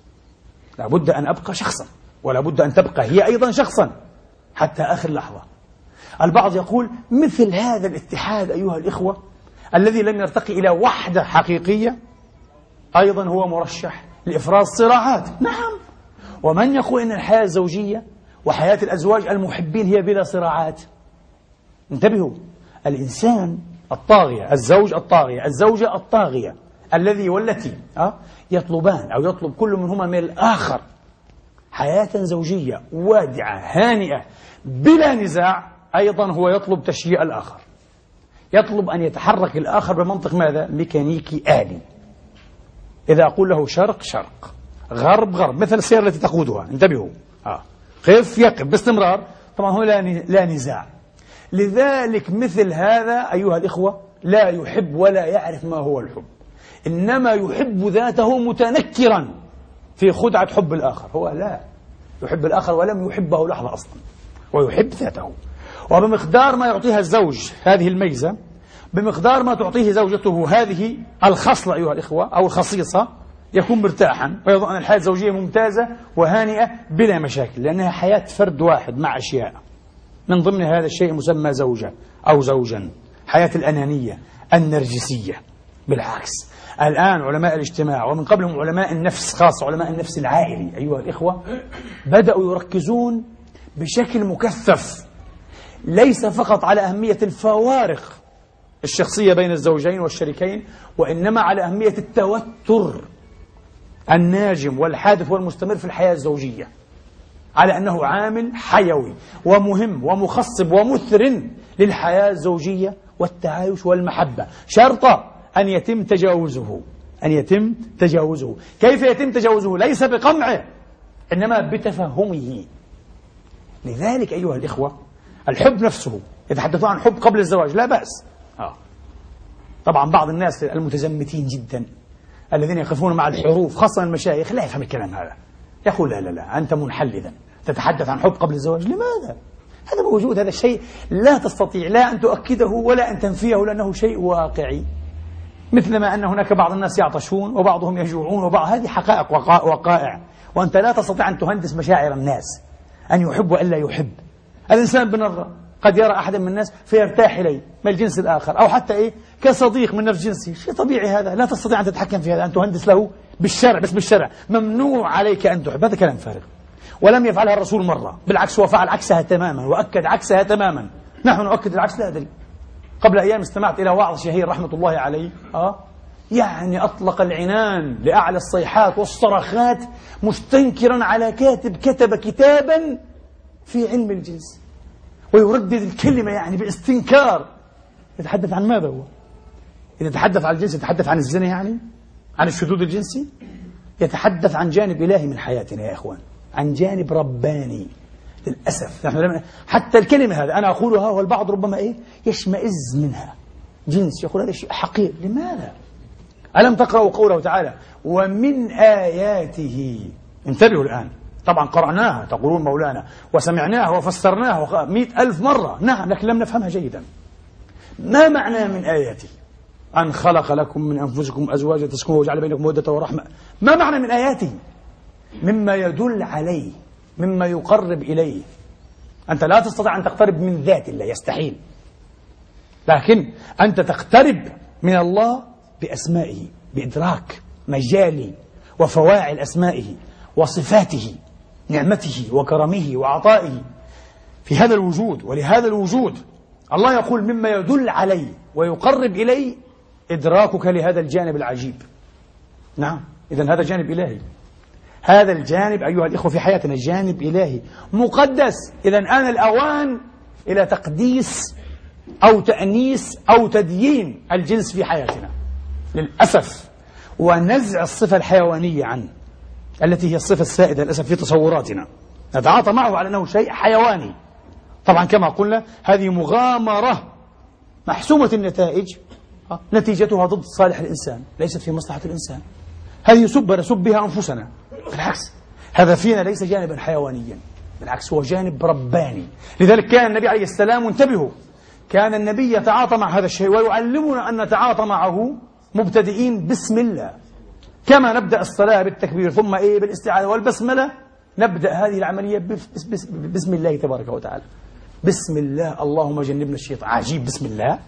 لابد أن أبقى شخصا، ولابد أن تبقى هي أيضا شخصا حتى آخر لحظة. البعض يقول مثل هذا الاتحاد أيها الإخوة الذي لم يرتقي إلى وحدة حقيقية أيضا هو مرشح لإفراز صراعات. نعم، ومن يقول إن الحياة الزوجية وحياة الأزواج المحبين هي بلا صراعات؟ انتبهوا، الإنسان الطاغية، الزوج الطاغية، الزوجة الطاغية، الذي والتي أه؟ يطلبان أو يطلب كل منهما من الآخر حياة زوجية وادعة هانئة بلا نزاع، أيضا هو يطلب تشييع الآخر، يطلب أن يتحرك الآخر بمنطق ماذا؟ ميكانيكي آلي. إذا أقول له شرق شرق، غرب غرب، مثل السيارة التي تقودها. انتبهوا، آه. قف يقف باستمرار، طبعا هو لا نزاع. لذلك مثل هذا أيها الإخوة لا يحب ولا يعرف ما هو الحب، إنما يحب ذاته متنكرا في خدعة حب الآخر. هو لا يحب الآخر ولم يحبه لحظة أصلا، ويحب ذاته. وبمقدار ما يعطيها الزوج هذه الميزة، بمقدار ما تعطيه زوجته هذه الخصلة أيها الإخوة أو الخصيصة، يكون مرتاحا ويظن أن الحياة الزوجية ممتازة وهانئة بلا مشاكل، لأنها حياة فرد واحد مع أشياء من ضمن هذا الشيء مسمى زوجة أو زوجا، حياة الأنانية النرجسية. بالعكس، الآن علماء الاجتماع ومن قبلهم علماء النفس، خاصة علماء النفس العائلي أيها الإخوة، بدأوا يركزون بشكل مكثف ليس فقط على أهمية الفوارق الشخصية بين الزوجين والشريكين، وإنما على أهمية التوتر الناجم والحادث والمستمر في الحياة الزوجية، على أنه عامل حيوي ومهم ومخصب ومثر للحياة الزوجية والتعايش والمحبة، شرط أن يتم تجاوزه. أن يتم تجاوزه. كيف يتم تجاوزه؟ ليس بقمعه، إنما بتفهمه. لذلك أيها الإخوة الحب نفسه يتحدثون عن حب قبل الزواج، لا بأس. آه. طبعا بعض الناس المتزمتين جدا الذين يقفون مع الحروف خاصة المشايخ لا يفهم الكلام هذا، يقول لا لا لا أنت منحل إذن تتحدث عن حب قبل الزواج. لماذا؟ هذا موجود، هذا الشيء لا تستطيع لا أن تؤكده ولا أن تنفيه لأنه شيء واقعي، مثلما أن هناك بعض الناس يعطشون وبعضهم يجوعون وبعض، هذه حقائق وقائع، وأنت لا تستطيع أن تهندس مشاعر الناس أن يحب وألا يحب. الإنسان بنظرة قد يرى أحدا من الناس فيرتاح إليه من الجنس الآخر، أو حتى إيه كصديق من نفس جنسه، شيء طبيعي هذا، لا تستطيع أن تتحكم في هذا، أن تهندس له بالشرع، بس بالشرع ممنوع عليك أن تحب، هذا كلام فارغ. ولم يفعلها الرسول مرة، بالعكس هو فعل عكسها تماما وأكد عكسها تماما. نحن نؤكد العكس لا أدري. قبل أيام استمعت إلى واعظ شهير رحمة الله عليه، آه يعني أطلق العنان لأعلى الصيحات والصرخات مستنكرا على كاتب كتب كتابا في علم الجنس، ويردد الكلمة يعني باستنكار. يتحدث عن ماذا هو؟ إذا يتحدث عن الجنس يتحدث عن الزنا، يعني عن الشذوذ الجنسي؟ يتحدث عن جانب إلهي من حياتنا يا إخوان، عن جانب رباني. للأسف نحن لم... حتى الكلمة هذا أنا أقولها والبعض ربما إيه يشمئز منها، جنس، يقول هذا شيء حقير. لماذا؟ ألم تقرأوا قوله تعالى ومن آياته؟ انتبهوا الآن، طبعا قرأناها تقولون مولانا وسمعناها وفسرناها مئة ألف مرة، نعم، لكن لم نفهمها جيدا. ما معنى من آياته؟ أن خلق لكم من أنفسكم أزواجا تسكنوا وجعل بينكم مودة ورحمة. ما معنى من آياته؟ مما يدل عليه، مما يقرب إليه. أنت لا تستطيع أن تقترب من ذات الله، يستحيل، لكن أنت تقترب من الله بأسمائه، بإدراك مجالي وفواعل أسمائه وصفاته، نعمته وكرمه وعطائه في هذا الوجود. ولهذا الوجود الله يقول مما يدل عليه ويقرب إليه إدراكك لهذا الجانب العجيب. نعم، إذن هذا جانب إلهي، هذا الجانب أيها الإخوة في حياتنا جانب إلهي مقدس. إذن آن الأوان إلى تقديس أو تأنيس أو تديين الجنس في حياتنا للأسف، ونزع الصفة الحيوانية عنه التي هي الصفة السائدة للأسف في تصوراتنا، نتعاطى معه على أنه شيء حيواني. طبعا كما قلنا هذه مغامرة محسومة النتائج، نتيجتها ضد صالح الإنسان، ليست في مصلحة الإنسان. هذه سبة نسب بها أنفسنا، بالعكس هذا فينا ليس جانبا حيوانيا، بالعكس هو جانب رباني. لذلك كان النبي عليه السلام، انتبهوا، كان النبي يتعاطى مع هذا الشيء ويعلمنا أن نتعاطى معه مبتدئين بسم الله، كما نبدأ الصلاة بالتكبير ثم إيه بالاستعاذة والبسملة، نبدأ هذه العملية بس بس بسم الله تبارك وتعالى. بسم الله، اللهم جنبنا الشيطان. عجيب، بسم الله.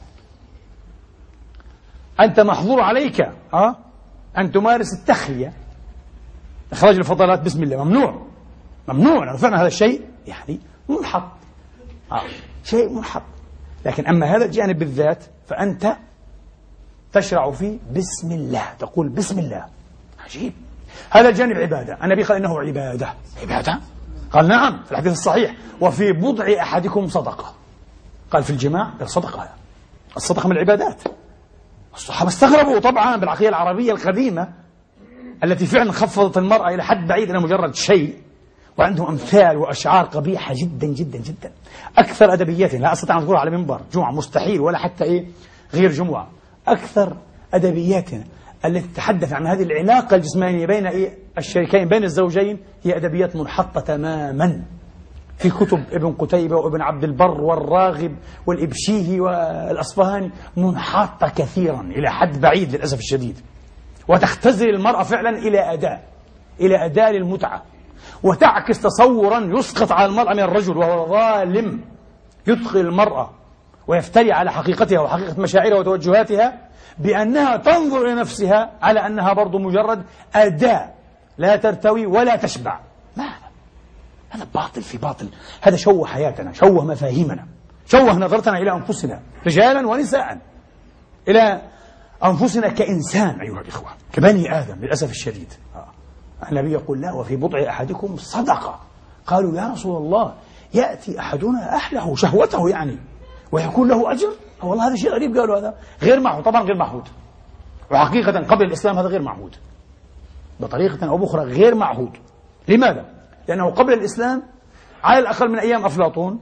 أنت محظور عليك أه؟ أن تمارس التخلية، إخراج الفضلات بسم الله، ممنوع ممنوع. لو فعلا هذا الشيء يعني منحط، آه. شيء منحط. لكن أما هذا الجانب بالذات فأنت تشرع فيه بسم الله، تقول بسم الله. عجيب، هذا الجانب عبادة. النبي قال إنه عبادة. عبادة؟ قال نعم في الحديث الصحيح وفي بضع أحدكم صدقة. قال في الجماع الصدقة، الصدقة من العبادات. الصحابة استغربوا طبعا بالعقلية العربية القديمة التي فعلا خفضت المرأة إلى حد بعيد إلى مجرد شيء، وعندهم أمثال وأشعار قبيحة جدا جدا جدا. أكثر أدبياتنا لا أستطيع أن أذكرها على منبر جمعة، مستحيل، ولا حتى إيه غير جمعة. أكثر أدبياتنا التي تتحدث عن هذه العلاقة الجسمانية بين إيه الشريكين، بين الزوجين، هي أدبيات منحطة تماما في كتب ابن قتيبة وابن عبد البر والراغب والإبشيهي والأصفهاني، منحطة كثيرا إلى حد بعيد للأسف الشديد، وتختزل المرأة فعلا إلى أداة إلى أداة للمتعة، وتعكس تصورا يسقط على المرأة من الرجل، وهو ظالم يدخل المرأة ويفتري على حقيقتها وحقيقة مشاعرها وتوجهاتها بأنها تنظر إلى نفسها على أنها برضو مجرد أداة لا ترتوي ولا تشبع. ما هذا باطل في باطل. هذا شوه حياتنا، شوه مفاهيمنا، شوه نظرتنا إلى أنفسنا رجالا ونساء، إلى أنفسنا كإنسان أيها الإخوة، كبني آدم للأسف الشديد. النبي يقول لا وفي بضع أحدكم صدقة. قالوا يا رسول الله يأتي أحدنا أهله شهوته يعني ويكون له أجر؟ والله هذا شيء غريب. قالوا هذا غير معهود، طبعا غير معهود، وحقيقة قبل الإسلام هذا غير معهود بطريقة أو بأخرى، غير معهود. لماذا؟ لأنه قبل الإسلام على الأقل من أيام أفلاطون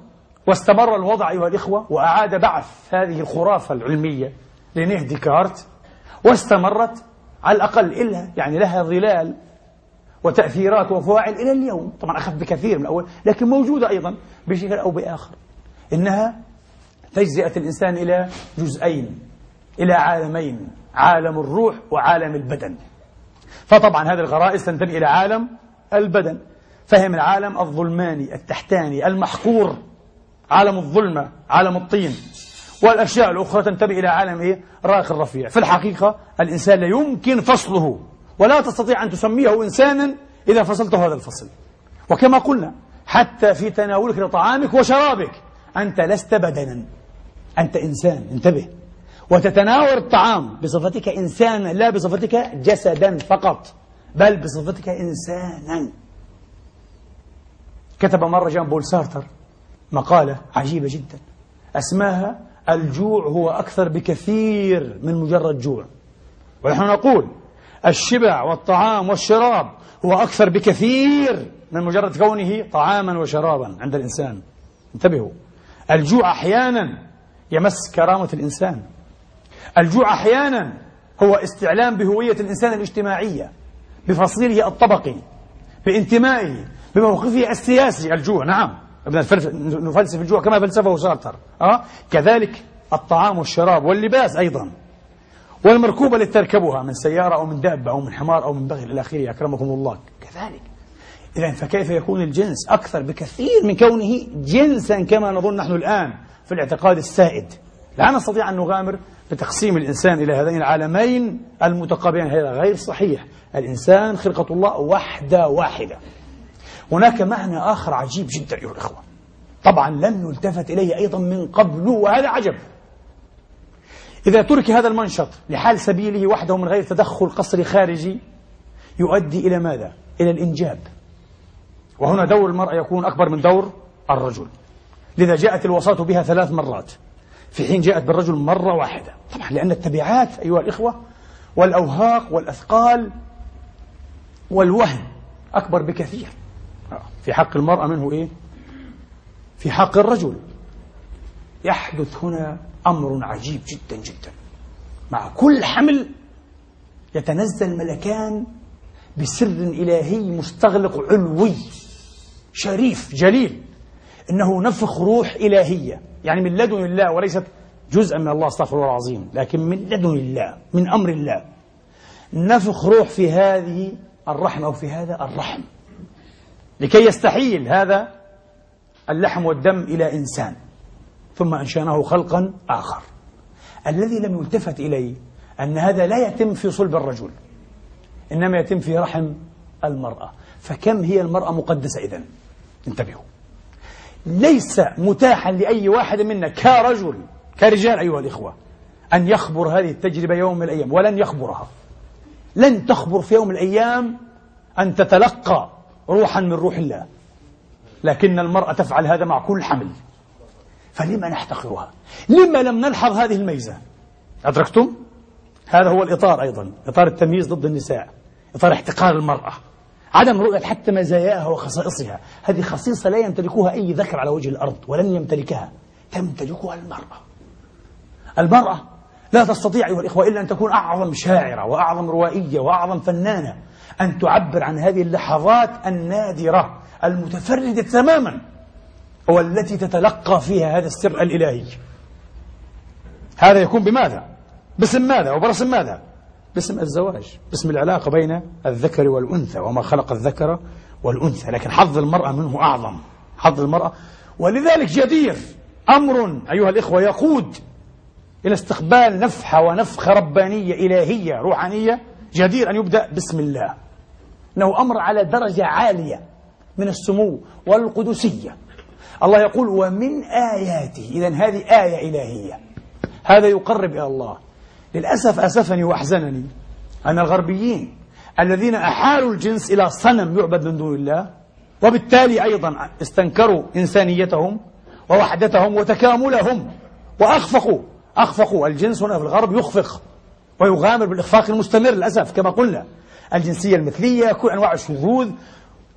واستمر الوضع أيها الإخوة، وأعاد بعث هذه الخرافة العلمية لرينيه ديكارت، واستمرت على الأقل إلا يعني لها ظلال وتأثيرات وفواعل إلى اليوم، طبعا أخف بكثير من الأول لكن موجودة أيضا بشكل أو بآخر. إنها تجزئة الإنسان إلى جزئين، إلى عالمين، عالم الروح وعالم البدن. فطبعا هذه الغرائز تنتمي إلى عالم البدن، فهم العالم الظلماني التحتاني المحقور، عالم الظلمة، عالم الطين، والأشياء الأخرى تنتمي إلى عالم إيه؟ راقي الرفيع. في الحقيقة الإنسان لا يمكن فصله، ولا تستطيع أن تسميه إنسانا إذا فصلته هذا الفصل. وكما قلنا حتى في تناولك لطعامك وشرابك أنت لست بدنا، أنت إنسان، انتبه، وتتناول الطعام بصفتك إنسانا لا بصفتك جسدا فقط، بل بصفتك إنسانا. كتب مرة جان بول سارتر مقالة عجيبة جدا أسماها الجوع هو أكثر بكثير من مجرد جوع. ونحن نقول الشبع والطعام والشراب هو أكثر بكثير من مجرد كونه طعاما وشرابا عند الإنسان. انتبهوا، الجوع أحيانا يمس كرامة الإنسان، الجوع أحيانا هو استعلام بهوية الإنسان الاجتماعية، بفصيله الطبقي، بانتمائه، بموقفه السياسي. الجوع نعم نفلسف الجوع كما فلسفه سارتر. أه؟ كذلك الطعام والشراب واللباس أيضا، والمركوبة التي تركبها من سيارة أو من دابة أو من حمار أو من بغل إلى آخره أكرمكم الله كذلك. إذن فكيف يكون الجنس أكثر بكثير من كونه جنسا كما نظن نحن الآن في الاعتقاد السائد؟ لا نستطيع أن نغامر بتقسيم الإنسان إلى هذين العالمين المتقابلين، هذا غير صحيح. الإنسان خلقة الله وحدة واحدة. هناك معنى آخر عجيب جدا أيها الإخوة، طبعا لم يلتفت إليه أيضا من قبل، وهذا عجب. إذا ترك هذا المنشط لحال سبيله وحده من غير تدخل قصري خارجي يؤدي إلى ماذا؟ إلى الإنجاب. وهنا دور المرأة يكون أكبر من دور الرجل، لذا جاءت الوصاة بها ثلاث مرات في حين جاءت بالرجل مرة واحدة، طبعا لأن التبعات أيها الإخوة والأوهاق والأثقال والوهن أكبر بكثير في حق المرأة منه إيه؟ في حق الرجل. يحدث هنا أمر عجيب جدا جدا، مع كل حمل يتنزل ملكان بسر إلهي مستغلق علوي شريف جليل، إنه نفخ روح إلهية، يعني من لدن الله وليست جزءا من الله استغفر الله العظيم، لكن من لدن الله، من أمر الله، نفخ روح في هذه الرحم أو في هذا الرحم لكي يستحيل هذا اللحم والدم إلى إنسان، ثم أنشأناه خلقا آخر. الذي لم يلتفت إليه أن هذا لا يتم في صلب الرجل، إنما يتم في رحم المرأة. فكم هي المرأة مقدسة إذن؟ انتبهوا، ليس متاحا لأي واحد منا كرجل كرجال أيها الإخوة أن يخبر هذه التجربة يوم من الأيام، ولن يخبرها، لن تخبر في يوم من الأيام أن تتلقى روحا من روح الله، لكن المرأة تفعل هذا مع كل حمل. فلما نحتقرها؟ لما لم نلحظ هذه الميزة؟ أدركتم؟ هذا هو الإطار أيضا، إطار التمييز ضد النساء، إطار احتقار المرأة، عدم رؤية حتى مزاياها وخصائصها. هذه خصيصة لا يمتلكها أي ذكر على وجه الأرض، ولن يمتلكها، تمتلكها المرأة. المرأة لا تستطيع أيها الإخوة إلا أن تكون أعظم شاعرة وأعظم روائية وأعظم فنانة، أن تعبر عن هذه اللحظات النادرة المتفردة تماما، والتي تتلقى فيها هذا السر الإلهي. هذا يكون بماذا؟ باسم ماذا؟ وبرسم ماذا؟ باسم الزواج، باسم العلاقة بين الذكر والأنثى، وما خلق الذكر والأنثى. لكن حظ المرأة منه أعظم، حظ المرأة، ولذلك جدير أمر أيها الإخوة يقود إلى استقبال نفحة ونفخة ربانية إلهية روحانية، جدير أن يبدأ باسم الله، إنه أمر على درجة عالية من السمو والقدسية. الله يقول ومن آياته، إذن هذه آية إلهية، هذا يقرب إلى الله. للأسف أسفني وأحزنني أن الغربيين الذين أحالوا الجنس إلى صنم يعبد من دون الله، وبالتالي أيضا استنكروا إنسانيتهم ووحدتهم وتكاملهم، وأخفقوا أخفقوا الجنس هنا في الغرب يخفق ويغامر بالإخفاق المستمر للأسف، كما قلنا الجنسية المثلية، كل أنواع الشذوذ،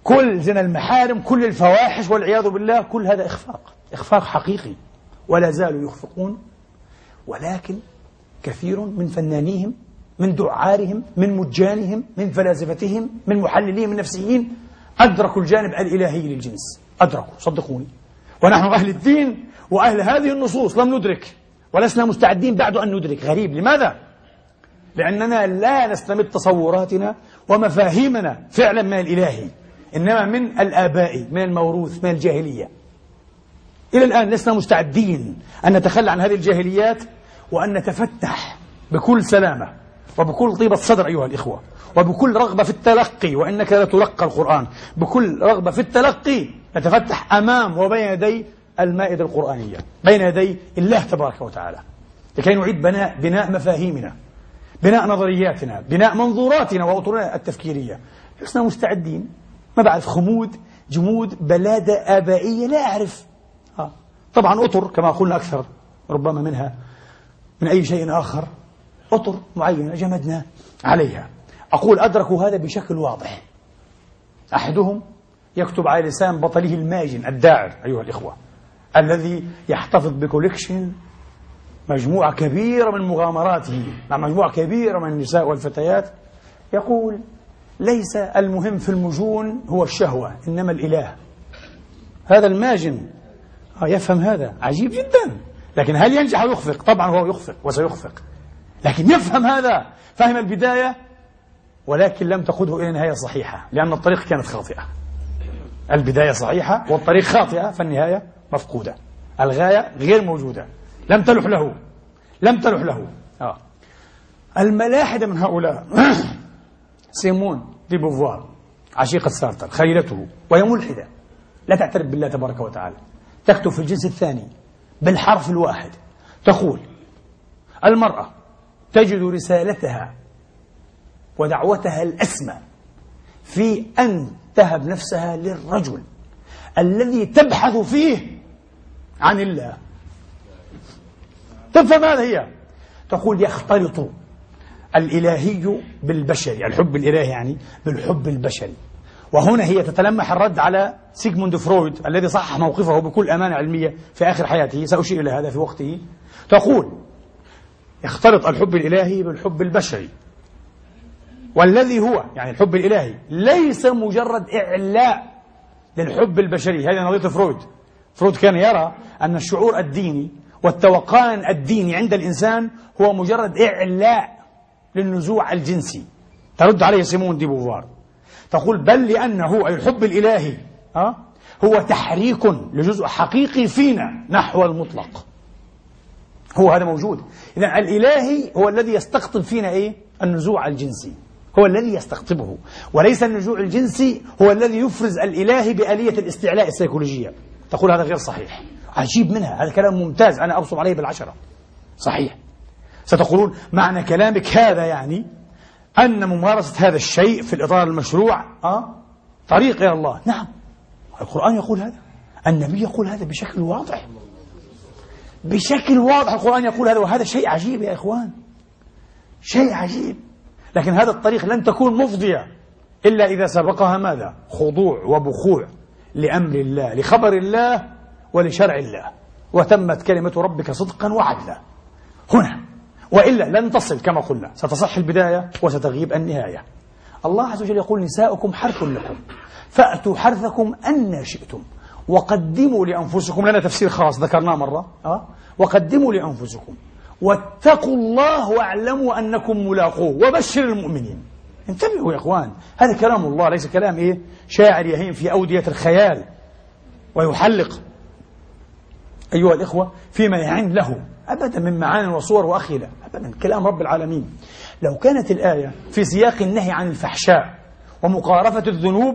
كل زنا المحارم، كل الفواحش والعياذ بالله، كل هذا إخفاق، إخفاق حقيقي، ولا زالوا يخفقون. ولكن كثير من فنانيهم، من دعارهم، من مجانهم، من فلاسفتهم، من محلليهم النفسيين أدركوا الجانب الإلهي للجنس، أدركوا، صدقوني. ونحن أهل الدين وأهل هذه النصوص لم ندرك، ولسنا مستعدين بعد أن ندرك. غريب. لماذا؟ لأننا لا نستمد تصوراتنا ومفاهيمنا فعلا من الإلهي، إنما من الآباء، من الموروث، من الجاهلية. إلى الآن لسنا مستعدين أن نتخلى عن هذه الجاهليات وأن نتفتح بكل سلامة وبكل طيبة صدر أيها الإخوة، وبكل رغبة في التلقي، وإنك لا تلقى القرآن، بكل رغبة في التلقي نتفتح أمام وبين يدي المائدة القرآنية، بين يدي الله تبارك وتعالى، لكي نعيد بناء بناء مفاهيمنا، بناء نظرياتنا، بناء منظوراتنا وأطرنا التفكيرية. لسنا مستعدين. ما بعرف، خمود، جمود، بلادة آبائية، لا أعرف. آه. طبعا أطر كما قلنا أكثر ربما منها من أي شيء آخر، أطر معينة جمدنا عليها. أقول أدركوا هذا بشكل واضح. أحدهم يكتب على لسان بطله الماجن الداعر أيها الإخوة، الذي يحتفظ بكوليكشن، مجموعة كبيرة من مغامراته مع مجموعة كبيرة من النساء والفتيات، يقول ليس المهم في المجون هو الشهوة إنما الإله. هذا الماجن يفهم هذا، عجيب جدا. لكن هل ينجح ويخفق؟ طبعا هو يخفق وسيخفق، لكن يفهم هذا، فهم البداية، ولكن لم تقوده إلى نهاية صحيحة، لأن الطريق كانت خاطئة. البداية صحيحة والطريق خاطئة، فالنهاية مفقودة، الغاية غير موجودة، لم تلح له لم تلح له آه. الملاحدة من هؤلاء سيمون دي بوفوار عشيقة سارتر، خليلته، وهي ملحدة لا تعترف بالله تبارك وتعالى، تكتب في الجنس الثاني بالحرف الواحد، تقول المرأة تجد رسالتها ودعوتها الأسمى في أن تهب نفسها للرجل الذي تبحث فيه عن الله. تفهم هذا؟ هي تقول يختلط الإلهي بالبشري، الحب الإلهي يعني بالحب البشري. وهنا هي تتلمح الرد على سيغموند فرويد الذي صحح موقفه بكل أمانة علمية في آخر حياته، سأشير إلى هذا في وقته. تقول يختلط الحب الإلهي بالحب البشري، والذي هو يعني الحب الإلهي ليس مجرد إعلاء للحب البشري. هذه نظرية فرويد. فرويد كان يرى أن الشعور الديني والتوقان الديني عند الإنسان هو مجرد إعلاء للنزوع الجنسي. ترد عليه سيمون دي بوفوار، تقول بل لأنه أي الحب الإلهي أه؟ هو تحريك لجزء حقيقي فينا نحو المطلق. هو هذا موجود. إذن الإلهي هو الذي يستقطب فينا إيه؟ النزوع الجنسي، هو الذي يستقطبه، وليس النزوع الجنسي هو الذي يفرز الإلهي بآلية الاستعلاء السيكولوجية. تقول هذا غير صحيح. عجيب منها، هذا كلام ممتاز، أنا أبصم عليه بالعشرة. صحيح. ستقولون معنى كلامك هذا يعني أن ممارسة هذا الشيء في الإطار المشروع أه؟ طريق إلى الله. نعم، القرآن يقول هذا، النبي يقول هذا بشكل واضح، بشكل واضح القرآن يقول هذا، وهذا شيء عجيب يا إخوان، شيء عجيب. لكن هذا الطريق لن تكون مفضية إلا إذا سبقها ماذا؟ خضوع وبخوع لأمر الله، لخبر الله ولشرع الله، وتمت كلمة ربك صدقا وعدلا هنا، وإلا لن تصل كما قلنا، ستصح البداية وستغيب النهاية. الله عز وجل يقول نساؤكم حرث لكم فأتوا حرثكم أن شئتم وقدموا لأنفسكم. لنا تفسير خاص ذكرناه مرة أه؟ وقدموا لأنفسكم واتقوا الله واعلموا أنكم ملاقوه وبشر المؤمنين. انتبهوا يا إخوان، هذا كلام الله، ليس كلام إيه؟ شاعر يهيم في أودية الخيال ويحلق أيها الإخوة فيما يعن له أبدا من معان وصور وأخيلة، أبدا كلام رب العالمين. لو كانت الآية في سياق النهي عن الفحشاء ومقارفة الذنوب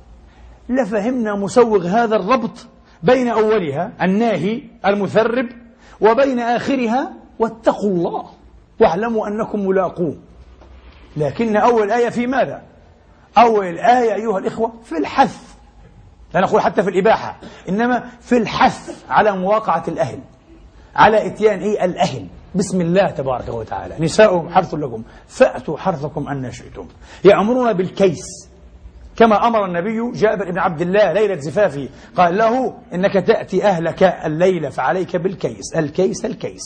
لفهمنا مسوغ هذا الربط بين أولها الناهي المثرب وبين آخرها واتقوا الله واعلموا أنكم ملاقوه. لكن أول آية في ماذا؟ أول آية أيها الإخوة في الحث، لا نقول حتى في الإباحة، إنما في الحث على مواقعة الأهل، على إتيان إيه الأهل بسم الله تبارك وتعالى. نساؤهم حرث لكم فأتوا حرثكم أن شئتم. يأمرون بالكيس كما أمر النبي جابر بن عبد الله ليلة زفافه، قال له إنك تأتي أهلك الليلة فعليك بالكيس. الكيس الكيس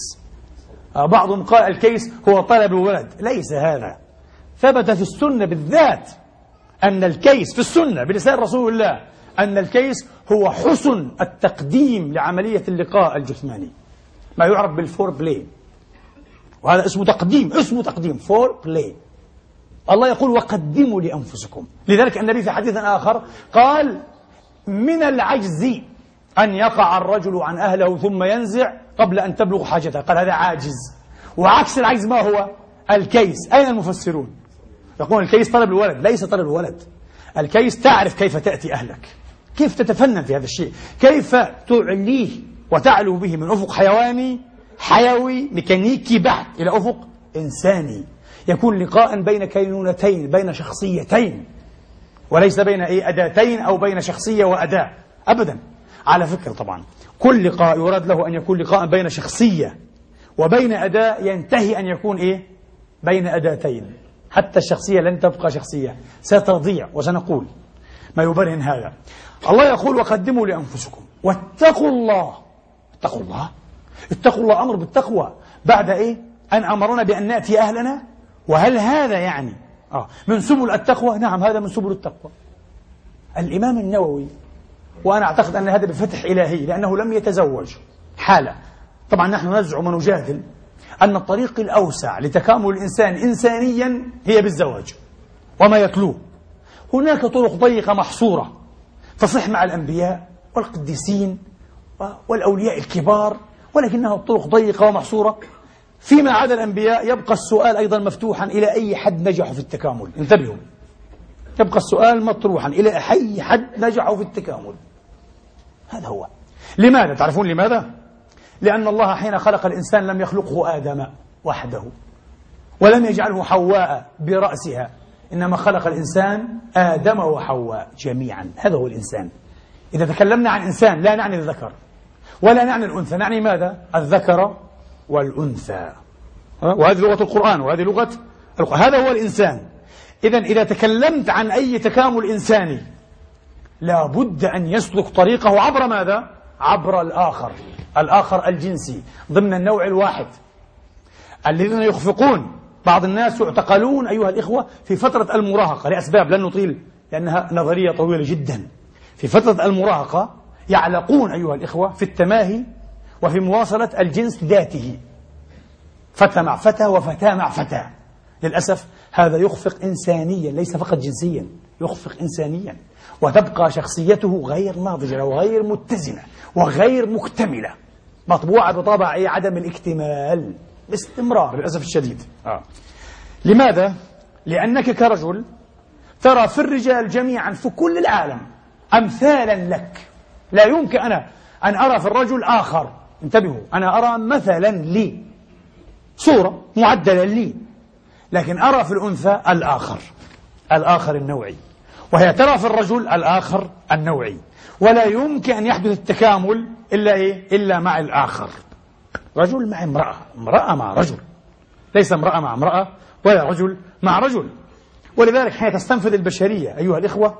بعضهم قال الكيس هو طلب الولد، ليس هذا. ثبت في السنة بالذات أن الكيس في السنة بلسان رسول الله أن الكيس هو حسن التقديم لعملية اللقاء الجسماني، ما يعرف بالفور بلاي، وهذا اسمه تقديم، اسمه تقديم فور بلاي. الله يقول وقدموا لأنفسكم. لذلك النبي في حديث آخر قال من العجز أن يقع الرجل عن أهله ثم ينزع قبل أن تبلغ حاجته، قال هذا عاجز. وعكس العجز ما هو؟ الكيس. أين المفسرون؟ يقول الكيس طلب الولد، ليس طلب الولد. الكيس تعرف كيف تأتي أهلك، كيف تتفنن في هذا الشيء، كيف تعليه وتعلو به من أفق حيواني حيوي ميكانيكي بحت إلى أفق إنساني، يكون لقاء بين كينونتين، بين شخصيتين، وليس بين أي أداتين أو بين شخصية وأداة أبدا. على فكرة طبعا كل لقاء يراد له أن يكون لقاء بين شخصية وبين أداة، ينتهي أن يكون إيه؟ بين أداتين. حتى الشخصية لن تبقى شخصية، ستضيع، وسنقول ما يبرهن هذا. الله يقول وقدموا لأنفسكم واتقوا الله. اتقوا الله، اتقوا الله، أمر بالتقوى بعد إيه؟ أن أمرنا بأن نأتي أهلنا. وهل هذا يعني آه من سبل التقوى؟ نعم، هذا من سبل التقوى. الإمام النووي، وأنا أعتقد أن هذا بفتح إلهي لأنه لم يتزوج حالة. طبعا نحن نزعم ونجادل أن الطريق الأوسع لتكامل الإنسان إنسانيا هي بالزواج وما يتلوه. هناك طرق ضيقة محصورة تصح مع الأنبياء والقديسين والأولياء الكبار، ولكنها طرق ضيقة ومحصورة. فيما عدا الأنبياء يبقى السؤال أيضا مفتوحا إلى أي حد نجحوا في التكامل. انتبهوا، يبقى السؤال مطروحا إلى أي حد نجحوا في التكامل. هذا هو. لماذا؟ تعرفون لماذا؟ لأن الله حين خلق الإنسان لم يخلقه آدم وحده، ولم يجعله حواء برأسها، إنما خلق الإنسان آدم وحواء جميعا. هذا هو الإنسان. إذا تكلمنا عن إنسان لا نعني الذكر ولا نعني الأنثى، نعني ماذا؟ الذكر والأنثى. وهذه لغة القرآن وهذه لغة القرآن. هذا هو الإنسان. إذا إذا تكلمت عن أي تكامل إنساني لا بد أن يسلك طريقه عبر ماذا؟ عبر الآخر، الآخر الجنسي ضمن النوع الواحد. الذين يخفقون، بعض الناس يعتقلون أيها الإخوة في فترة المراهقة لأسباب لن نطيل لأنها نظرية طويلة جدا. في فترة المراهقة يعلقون أيها الإخوة في التماهي وفي مواصلة الجنس ذاته، فتى مع فتى وفتاة مع فتاة. للأسف هذا يخفق إنسانيا، ليس فقط جنسيا، يخفق إنسانيا، وتبقى شخصيته غير ناضجة وغير متزنة وغير مكتملة، مطبوعة بطابع عدم الاكتمال باستمرار للأسف الشديد. آه. لماذا؟ لأنك كرجل ترى في الرجال جميعا في كل العالم أمثالا لك. لا يمكن أنا أن أرى في الرجل آخر، انتبهوا، أنا أرى مثلا لي، صورة معدلة لي، لكن أرى في الأنثى الآخر، الآخر النوعي، وهي ترى في الرجل الآخر النوعي. ولا يمكن أن يحدث التكامل إلا إيه؟ إلا مع الآخر. رجل مع امرأة، امرأة مع رجل، ليس امرأة مع امرأة ولا رجل مع رجل. ولذلك حين تستنفذ البشرية أيها الإخوة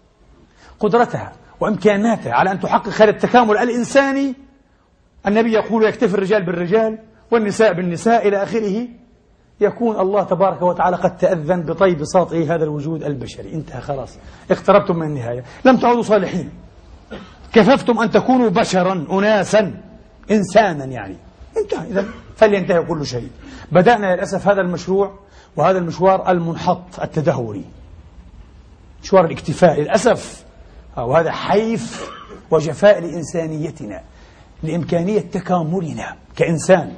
قدرتها وإمكاناتها على أن تحقق هذا التكامل الإنساني، النبي يقول يكتفي الرجال بالرجال والنساء بالنساء إلى آخره، يكون الله تبارك وتعالى قد تأذن بطي بساط إيه هذا الوجود البشري. انتهى خلاص، اقتربتم من النهاية، لم تعودوا صالحين، كففتم أن تكونوا بشرا أناسا إنسانا، يعني انتهى. إذن فلينتهي كل شيء. بدأنا للأسف هذا المشروع وهذا المشوار المنحط التدهوري، مشوار الاكتفاء للأسف، وهذا حيف وجفاء لإنسانيتنا، لإمكانية تكاملنا كإنسان.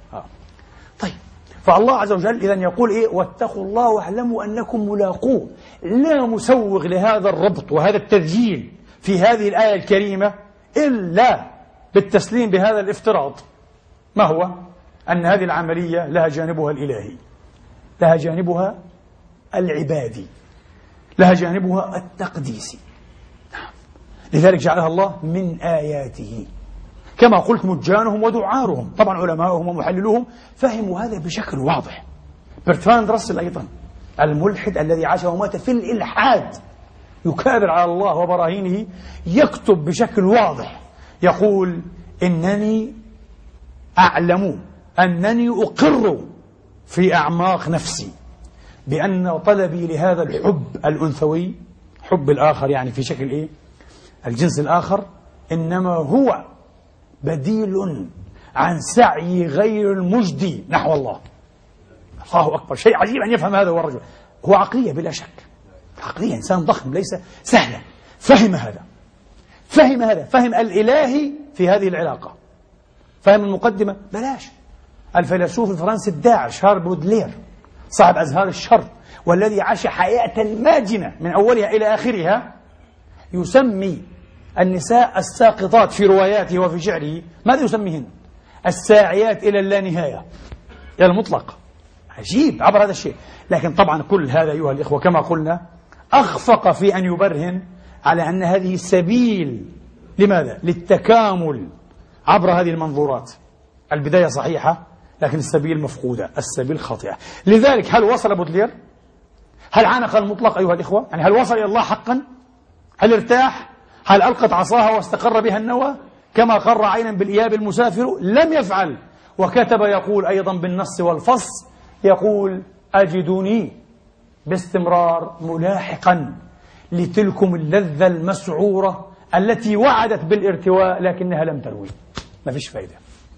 طيب، فالله عز وجل إذن يقول إيه؟ واتقوا الله واعلموا أنكم ملاقوه. لا مسوغ لهذا الربط وهذا التسجيل في هذه الآية الكريمة إلا بالتسليم بهذا الافتراض. ما هو؟ أن هذه العملية لها جانبها الإلهي، لها جانبها العبادي، لها جانبها التقديسي. لذلك جعلها الله من آياته، كما قلت مجانهم ودعارهم. طبعا علماؤهم ومحللوهم فهموا هذا بشكل واضح. برتراند راسل أيضا الملحد الذي عاش ومات في الإلحاد يكابر على الله وبراهينه، يكتب بشكل واضح يقول: إنني أعلم أنني أقر في أعماق نفسي بأن طلبي لهذا الحب الأنثوي، حب الآخر يعني في شكل إيه؟ الجنس الآخر، إنما هو بديل عن سعي غير المجدي نحو الله. الله أكبر، شيء عجيب أن يفهم هذا هو الرجل. هو عقلية بلا شك، عقلية، إنسان ضخم ليس سهلا. فهم هذا، فهم هذا، فهم الإلهي في هذه العلاقة، فهم المقدمة. بلاش الفيلسوف الفرنسي الداعر شارل بودلير صاحب أزهار الشر، والذي عاش حياة ماجنة من أولها إلى آخرها، يسمي النساء الساقطات في رواياته وفي شعره، ماذا يسميهن؟ الساعيات إلى اللانهاية، إلى المطلق. عجيب عبر هذا الشيء. لكن طبعا كل هذا أيها الإخوة كما قلنا أخفق في أن يبرهن على أن هذه السبيل لماذا؟ للتكامل عبر هذه المنظورات. البداية صحيحة لكن السبيل مفقودة، السبيل خاطئة. لذلك هل وصل بودلير؟ هل عانق المطلق أيها الإخوة؟ يعني هل وصل إلى الله حقا؟ هل ارتاح؟ هل ألقت عصاها واستقر بها النوى كما قر عينا بالإياب المسافر؟ لم يفعل. وكتب يقول أيضا بالنص والفص، يقول: أجدني باستمرار ملاحقا لتلكم اللذة المسعورة التي وعدت بالارتواء لكنها لم تروي. ما فيش فايدة،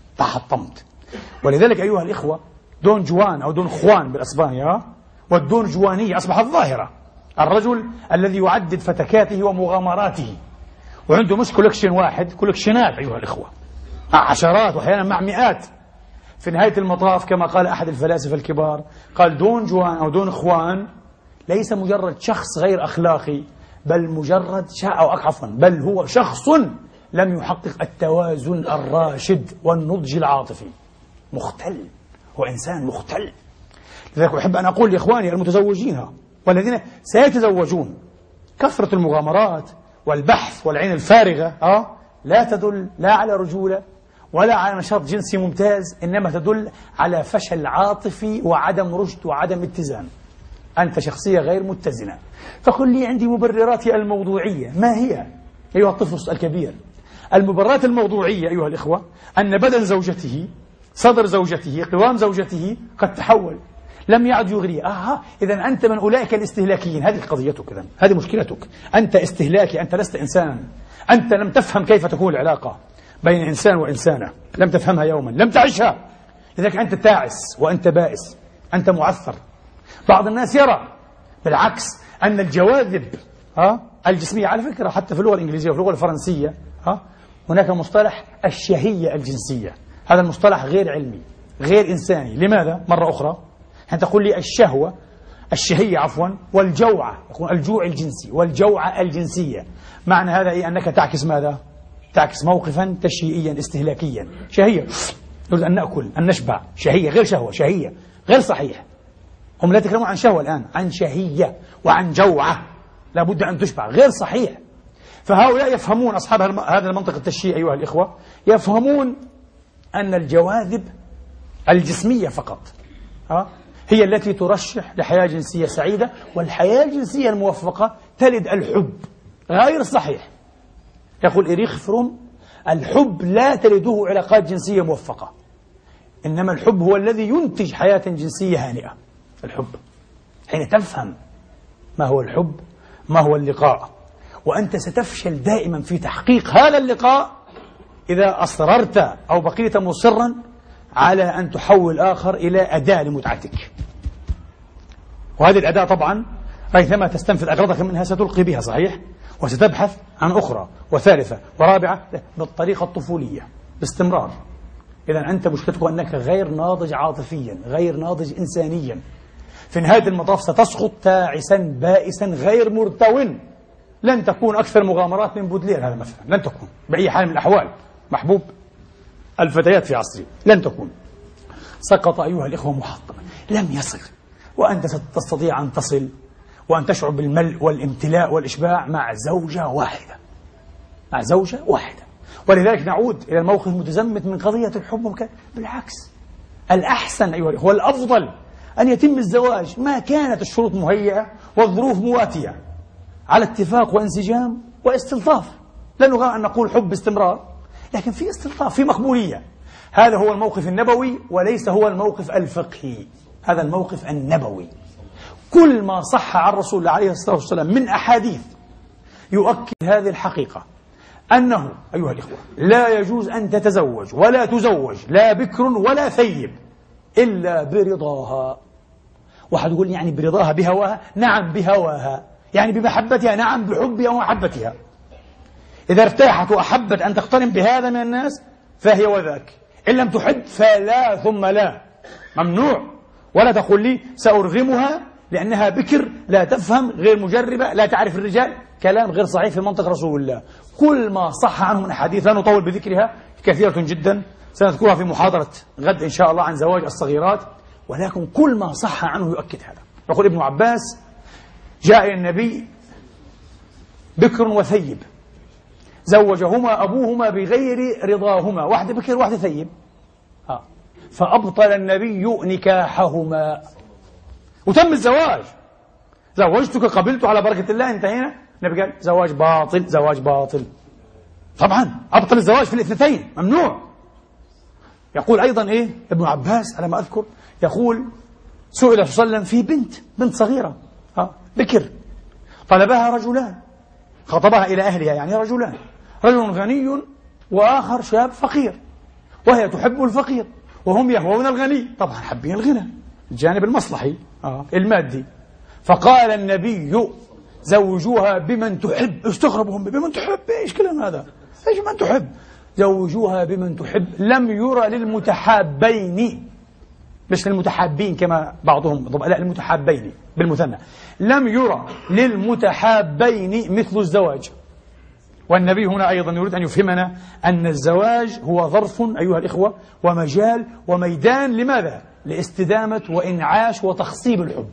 تحطمت. ولذلك أيها الإخوة دون جوان أو دون خوان بالأسبانيا والدون جوانية أصبحت ظاهرة. الرجل الذي يعدد فتكاته ومغامراته وعنده مش كولكشن واحد، كولكشنات أيها الإخوة، مع عشرات وأحيانا مع مئات. في نهاية المطاف كما قال أحد الفلاسفة الكبار، قال: دون جوان أو دون إخوان ليس مجرد شخص غير أخلاقي، بل مجرد شاء أو عفوا بل هو شخص لم يحقق التوازن الراشد والنضج العاطفي، مختل، هو إنسان مختل. لذلك أحب أن أقول لإخواني المتزوجين والذين سيتزوجون: كثرة المغامرات والبحث والعين الفارغة آه لا تدل لا على رجولة ولا على نشاط جنسي ممتاز، إنما تدل على فشل عاطفي وعدم رشد وعدم اتزان. أنت شخصية غير متزنة. فقل لي عندي مبرراتي الموضوعية، ما هي أيها الطفل الكبير؟ المبررات الموضوعية أيها الإخوة أن بدن زوجته، صدر زوجته، قوام زوجته قد تحول، لم يعد يغريه. آه إذا أنت من أولئك الاستهلاكيين. هذه قضيتك، إذن هذه مشكلتك. أنت استهلاكي، أنت لست إنسانا. أنت لم تفهم كيف تكون العلاقة بين إنسان وإنسانة، لم تفهمها يوما، لم تعيشها. لذلك أنت تعس وأنت بائس، أنت معثر. بعض الناس يرى بالعكس أن الجواذب ها الجسمية، على فكرة حتى في اللغة الإنجليزية وفي اللغة الفرنسية ها هناك مصطلح الشهية الجنسية. هذا المصطلح غير علمي، غير إنساني. لماذا؟ مرة أخرى أنت تقول لي الشهوة الشهية عفوا والجوعة، يقول الجوع الجنسي والجوعة الجنسية. معنى هذا إيه؟ أنك تعكس ماذا؟ تعكس موقفا تشهيئيا استهلاكيا. شهية نريد أن نأكل، أن نشبع، شهية غير شهوة، شهية غير صحيح. هم لا يتكلمون عن شهوة الآن، عن شهية وعن جوعة لابد أن تشبع، غير صحيح. فهؤلاء يفهمون، أصحاب هذا المنطق التشهيئي أيها الإخوة، يفهمون أن الجواذب الجسمية فقط ها هي التي ترشح لحياة جنسية سعيدة، والحياة الجنسية الموفقة تلد الحب. غير صحيح. يقول إريخ فروم: الحب لا تلده علاقات جنسية موفقة، إنما الحب هو الذي ينتج حياة جنسية هانئة. الحب حين تفهم ما هو الحب، ما هو اللقاء، وأنت ستفشل دائما في تحقيق هذا اللقاء إذا أصررت أو بقيت مصرا على أن تحول الآخر إلى أداة لمتعتك. وهذه الأداة طبعا ريثما تستنفذ أغراضك منها ستلقي بها، صحيح، وستبحث عن أخرى وثالثة ورابعة بالطريقة الطفولية باستمرار. إذا أنت مشكلتك أنك غير ناضج عاطفيا، غير ناضج إنسانيا. في نهاية المطاف ستسقط تعسا بائسا غير مرتو. لن تكون أكثر مغامرات من بودلير هذا مثلا، لن تكون بأي حال من الأحوال محبوب الفتيات في عصره، لن تكون. سقط أيها الإخوة محطما، لم يصل. وأنت ستستطيع أن تصل وأن تشعر بالملء والامتلاء والإشباع مع زوجة واحدة، مع زوجة واحدة. ولذلك نعود إلى الموقف المتزمت من قضية الحب ممكن. بالعكس، الأحسن أيها الإخوة والأفضل أن يتم الزواج ما كانت الشروط مهيئة والظروف مواتية. على اتفاق وانسجام واستلطاف. لا نغار أن نقول حب باستمرار، لكن في استلطاف، في مقبولية. هذا هو الموقف النبوي وليس هو الموقف الفقهي، هذا الموقف النبوي. كل ما صح عن رسول الله عليه الصلاة والسلام من أحاديث يؤكد هذه الحقيقة، أنه أيها الإخوة لا يجوز أن تتزوج ولا تزوج لا بكر ولا ثيب إلا برضاها. واحد يقول يعني برضاها بهواها؟ نعم بهواها، يعني بمحبتها، نعم بحبها ومحبتها. إذا ارتاحت وأحبت أن تقترن بهذا من الناس فهي وذاك، إن لم تحب فلا ثم لا، ممنوع. ولا تقول لي سأرغمها لأنها بكر لا تفهم غير مجربة لا تعرف الرجال، كلام غير صحيح في منطق رسول الله. كل ما صح عنه من أحاديث لا نطول بذكرها كثيرة جدا، سنذكرها في محاضرة غد إن شاء الله عن زواج الصغيرات، ولكن كل ما صح عنه يؤكد هذا. يقول ابن عباس جاء إلى النبي بكر وثيب زوجهما أبوهما بغير رضاهما، واحدة بكر واحدة ثيب، آه. فأبطل النبي نكاحهما وتم الزواج. زوجتك قبلت على بركة الله، انتهينا. النبي قال زواج باطل، زواج باطل. طبعا أبطل الزواج في الاثنتين، ممنوع. يقول أيضا إيه ابن عباس على ما أذكر، يقول سئل صلى الله عليه وسلم في بنت بنت صغيرة آه. بكر، طلبها رجلان، خطبها إلى أهلها، يعني رجلان، رجل غني وآخر شاب فقير، وهي تحب الفقير وهم يهوون الغني، طبعا حابين الغنى، الجانب المصلحي آه. المادي. فقال النبي زوجوها بمن تحب. استغربهم، بمن تحب؟ ايش كلام هذا؟ ايش من تحب؟ زوجوها بمن تحب. لم يرى للمتحابين، مش للمتحابين كما بعضهم، لا المتحابين بالمثنى. لم يرى للمتحابين مثل الزواج. والنبي هنا أيضا يريد أن يفهمنا أن الزواج هو ظرف أيها الإخوة ومجال وميدان، لماذا؟ لاستدامة وإنعاش وتخصيب الحب.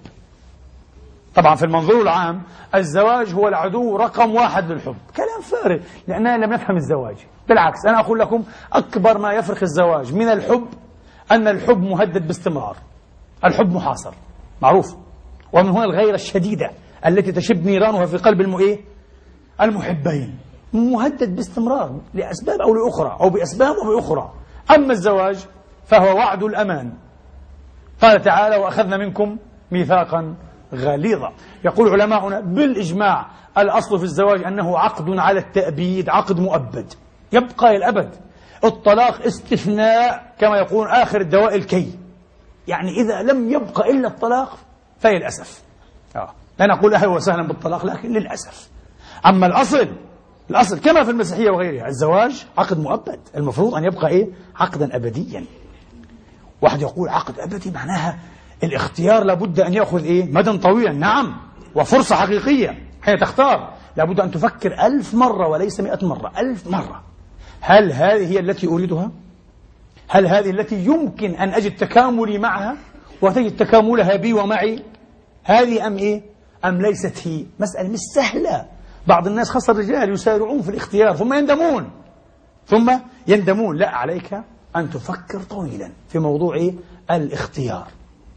طبعا في المنظور العام الزواج هو العدو رقم واحد للحب، كلام فارغ لأننا لم نفهم الزواج. بالعكس، أنا أقول لكم أكبر ما يفرق الزواج من الحب أن الحب مهدد باستمرار، الحب محاصر معروف، ومن هنا الغيرة الشديدة التي تشب نيرانها في قلب المؤيه المحبين، مهدد باستمرار لأسباب أو لأخرى أو بأسباب أو بأخرى. أما الزواج فهو وعد الأمان، قال تعالى وأخذنا منكم ميثاقا غليظا. يقول علماؤنا بالإجماع الأصل في الزواج أنه عقد على التأبيد، عقد مؤبد يبقى إلى الأبد. الطلاق استثناء كما يقول آخر الدواء الكي، يعني إذا لم يبقى إلا الطلاق فهي للأسف آه. لا نقول أهلا وسهلا بالطلاق، لكن للأسف. أما الأصل الأصل كما في المسيحية وغيرها الزواج عقد مؤبد، المفروض أن يبقى إيه؟ عقدا أبديا. واحد يقول عقد أبدي معناها الاختيار لابد أن يأخذ إيه؟ مدى طويلا، نعم، وفرصة حقيقية حين تختار لابد أن تفكر ألف مرة وليس مئة مرة، ألف مرة. هل هذه هي التي أريدها؟ هل هذه التي يمكن أن أجد تكاملي معها وتجد تكاملها بي ومعي؟ هذه أم إيه؟ أم ليست هي؟ مسألة مش سهلة. بعض الناس خاصة الرجال يسارعون في الاختيار ثم يندمون ثم يندمون لا، عليك أن تفكر طويلا في موضوع إيه؟ الاختيار.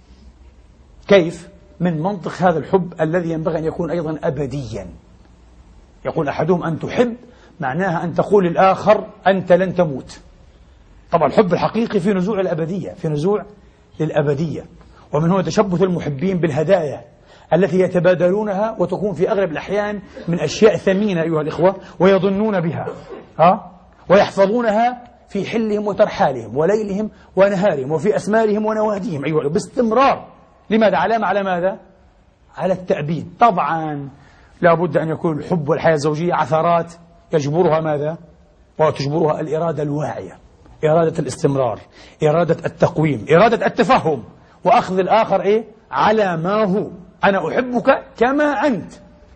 كيف؟ من منطق هذا الحب الذي ينبغي أن يكون أيضا أبديا. يقول أحدهم أن تحب معناها أن تقول للآخر أنت لن تموت. طبعا الحب الحقيقي في نزوع الأبدية، في نزوع للأبدية. ومن هنا تشبث المحبين بالهدايا التي يتبادلونها وتكون في أغلب الأحيان من أشياء ثمينة أيها الإخوة ويظنون بها ها؟ ويحفظونها في حلهم وترحالهم وليلهم ونهارهم وفي أسمارهم ونواديهم أيها باستمرار. لماذا؟ علامة على ماذا؟ على التأبيد. طبعا لا بد أن يكون الحب والحياة الزوجية عثرات يجبرها ماذا؟ وتجبرها الإرادة الواعية، إرادة الاستمرار، إرادة التقويم، إرادة التفهم، وأخذ الآخر إيه؟ على ما هو. أنا أحبك كما أنت،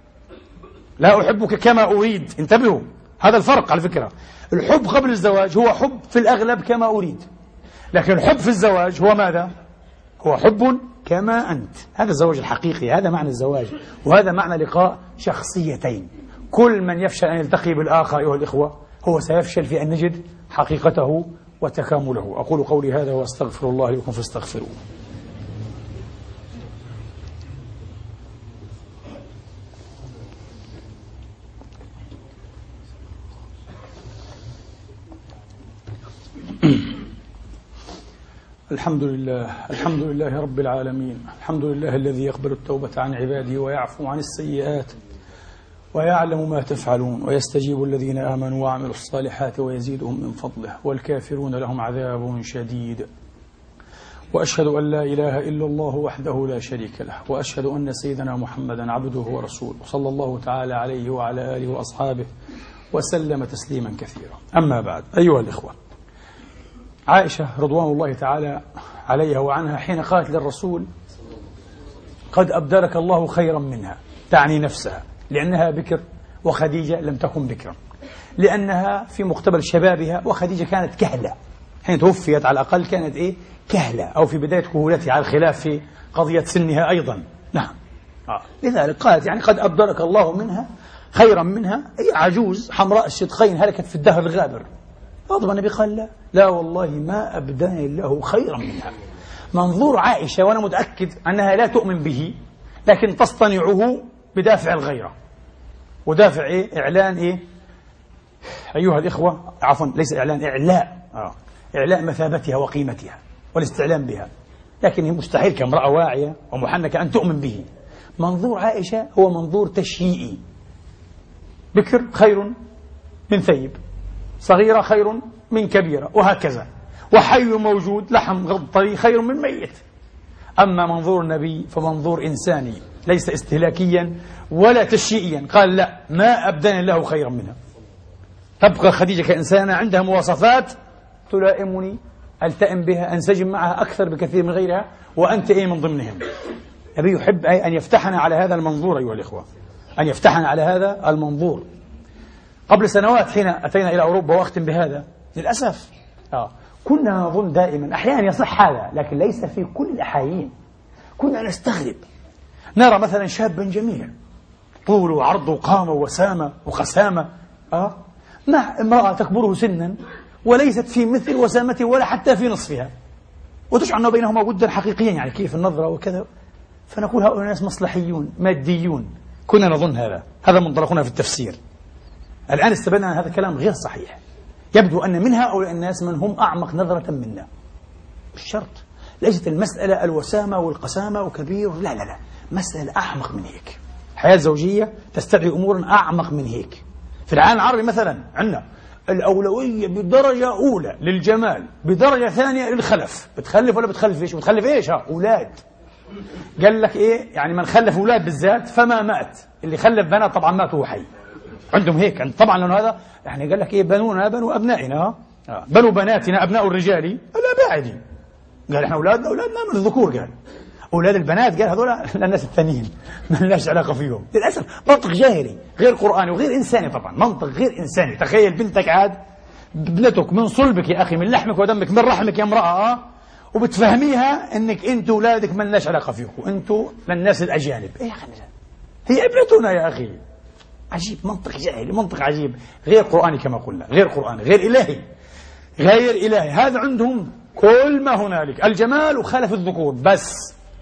لا أحبك كما أريد. انتبهوا، هذا الفرق على فكرة. الحب قبل الزواج هو حب في الأغلب كما أريد، لكن الحب في الزواج هو ماذا؟ هو حب كما أنت. هذا الزواج الحقيقي، هذا معنى الزواج، وهذا معنى لقاء شخصيتين. كل من يفشل أن يلتقي بالآخر أيها الإخوة هو سيفشل في أن نجد حقيقته وتكامله. أقول قولي هذا وأستغفر الله لكم فاستغفروه. الحمد لله الحمد لله رب العالمين، الحمد لله الذي يقبل التوبة عن عباده ويعفو عن السيئات ويعلم ما تفعلون ويستجيب الذين آمنوا وعملوا الصالحات ويزيدهم من فضله، والكافرون لهم عذاب شديد. وأشهد أن لا إله إلا الله وحده لا شريك له، وأشهد أن سيدنا محمدا عبده ورسوله صلى الله تعالى عليه وعلى آله وأصحابه وسلم تسليما كثيرا. أما بعد، أيها الإخوة، عائشة رضوان الله تعالى عليها وعنها حين قالت للرسول قد أبدلك الله خيرا منها، تعني نفسها، لأنها بكر وخديجة لم تكن بكرا، لأنها في مقتبل شبابها وخديجة كانت كهلة حين توفيت، على الأقل كانت إيه كهلة، أو في بداية كهولتها، على الخلاف في قضية سنها أيضا. نعم آه. لذلك قالت يعني قد أبدلك الله منها خيرا منها، أي عجوز حمراء الشدقين هلكت في الدهر الغابر. غضب النبي قال لا لا والله ما أبداني الله خيرا منها. منظور عائشة، وأنا متأكد أنها لا تؤمن به، لكن تصطنعه بدافع الغيرة ودافع إيه؟ إعلان إيه؟ أيها الإخوة، عفوا ليس إعلان، إعلاء آه. إعلاء مثابتها وقيمتها والاستعلام بها، لكن هي مستحيل كامرأة واعية ومحنكة أن تؤمن به. منظور عائشة هو منظور تشييعي، بكر خير من ثيب، صغيرة خير من كبيرة، وهكذا، وحي موجود لحم غض طري خير من ميت. أما منظور النبي فمنظور إنساني ليس استهلاكيا ولا تشيئيا. قال لا ما أبداني الله خيرا منها. تبقى خديجة كإنسانة عندها مواصفات تلائمني، ألتئم بها، أنسجم معها أكثر بكثير من غيرها، وأنت إيه من ضمنهم. النبي يحب أن يفتحنا على هذا المنظور أيها الإخوة، أن يفتحنا على هذا المنظور. قبل سنوات حين أتينا إلى أوروبا، وأختم بهذا للأسف آه. كنا نظن دائما، أحيانا يصح هذا لكن ليس في كل الأحايين، كنا نستغرب نرى مثلا شابا جميلا طول وعرض وقامة وسامة وقسامة آه. مع امرأة تكبره سنا وليست في مثل وسامته ولا حتى في نصفها، وتشعر أنه بينهما ودا حقيقيا، يعني كيف النظرة وكذا. فنقول هؤلاء الناس مصلحيون ماديون، كنا نظن هذا هذا منطلقنا في التفسير. الآن استبدنا أن هذا الكلام غير صحيح. يبدو أن من هؤلاء الناس من هم أعمق نظرة منا. بالشرط ليست المسألة الوسامة والقسامة وكبير، لا لا لا، مسألة أعمق من هيك. الحياة الزوجية تستدعي أمور أعمق من هيك. في العالم العربي مثلا عندنا الأولوية بدرجة أولى للجمال، بدرجة ثانية للخلف. بتخلف ولا بتخلف إيش؟ بتخلف إيش؟ ها أولاد. قال لك إيه يعني من خلف أولاد بالذات فما مات، اللي خلف بنات طبعا مات وهو حي. عندهم هيك يعني طبعا، لأنه هذا يعني قال لك إيه بنونا بنو أبنائنا آه. بنو بناتنا أبناء الرجال الأباعدين. قال إحنا أولادنا أولادنا من الذكور، قال أولاد البنات قال هذول للناس الثانيين ما لناش علاقة فيهم. للأسف منطق جاهلي غير قرآني وغير إنساني، طبعا منطق غير إنساني. تخيل بنتك عاد ابنتك من صلبك يا أخي، من لحمك ودمك، من رحمك يا امرأة آه. وبتفهميها إنك أنتوا أولادك ما لناش علاقة فيكم، أنتوا للناس الأجانب. إيه يا أخي هي ابنتنا يا أخي. عجيب، منطق جاهلي، منطق عجيب غير قرآني كما قلنا، غير قرآني، غير إلهي، غير إلهي. هذا عندهم كل ما هنالك الجمال وخلف الذكور بس.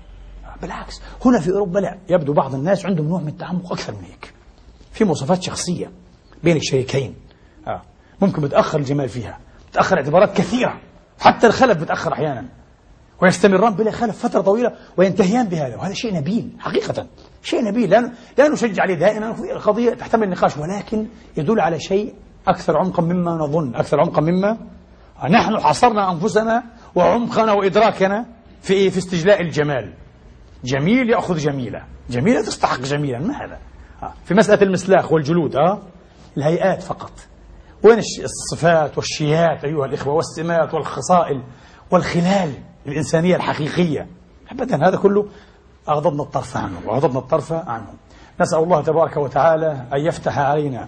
بالعكس هنا في أوروبا لا، يبدو بعض الناس عندهم نوع من التعمق أكثر من هيك، في مواصفات شخصية بين الشريكين آه. ممكن بتأخر الجمال فيها، بتأخر اعتبارات كثيرة، حتى الخلف بتأخر أحيانا، ويستمران بلا خلف فترة طويلة وينتهيان بهذا. وهذا شيء نبيل حقيقة، شيء نبيل، لا لا نشجع عليه دائما. القضية تحتمل النقاش، ولكن يدل على شيء أكثر عمقا مما نظن، أكثر عمقا مما نحن حصرنا أنفسنا وعمقنا وإدراكنا في في استجلاء الجمال. جميل يأخذ جميلة، جميلة تستحق جميلا، ما هذا في مسألة المسلاخ والجلود آه الهيئات فقط. وين الصفات والشيات أيها الإخوة، والسمات والخصائل والخلال الإنسانية الحقيقية؟ أبدا، هذا كله أغضبنا الطرف عنه وأغضبنا الطرف عنه. نسأل الله تبارك وتعالى أن يفتح علينا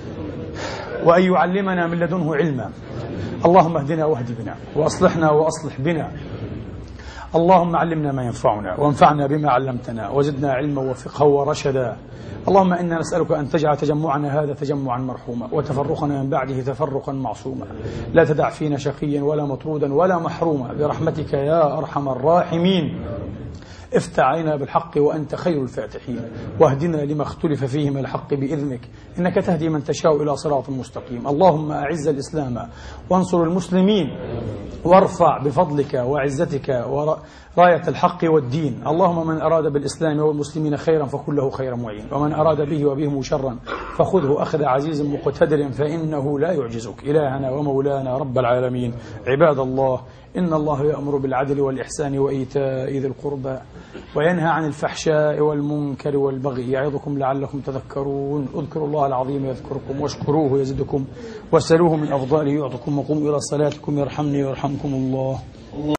وأن يعلمنا من لدنه علما. اللهم اهدنا واهد بنا، وأصلحنا وأصلح بنا. اللهم علمنا ما ينفعنا، وانفعنا بما علمتنا، وزدنا علما وفقها ورشدا. اللهم إنا نسألك أن تجعل تجمعنا هذا تجمعا مرحوما، وتفرقنا من بعده تفرقا معصوما. لا تدع فينا شقيا ولا مطرودا ولا محروما، برحمتك يا أرحم الراحمين. افتح علينا بالحق وأنت خير الفاتحين، واهدنا لما اختلف فيه من الحق بإذنك، إنك تهدي من تشاء إلى صراط مستقيم. اللهم أعز الإسلام وانصر المسلمين، وارفع بفضلك وعزتك راية الحق والدين. اللهم من أراد بالإسلام والمسلمين خيرا فكله خيرا معين، ومن أراد به وبهم شرا فخذه أخذ عزيز مقتدر فإنه لا يعجزك. إلهنا ومولانا رب العالمين، عباد الله، إن الله يأمر بالعدل والإحسان وإيتاء ذي القربى وينهى عن الفحشاء والمنكر والبغي يعظكم لعلكم تذكرون. اذكروا الله العظيم يذكركم، واشكروه يزدكم، واسألوه من أفضاله يعطكم، وقوموا إلى صلاتكم يرحمني ويرحمكم الله.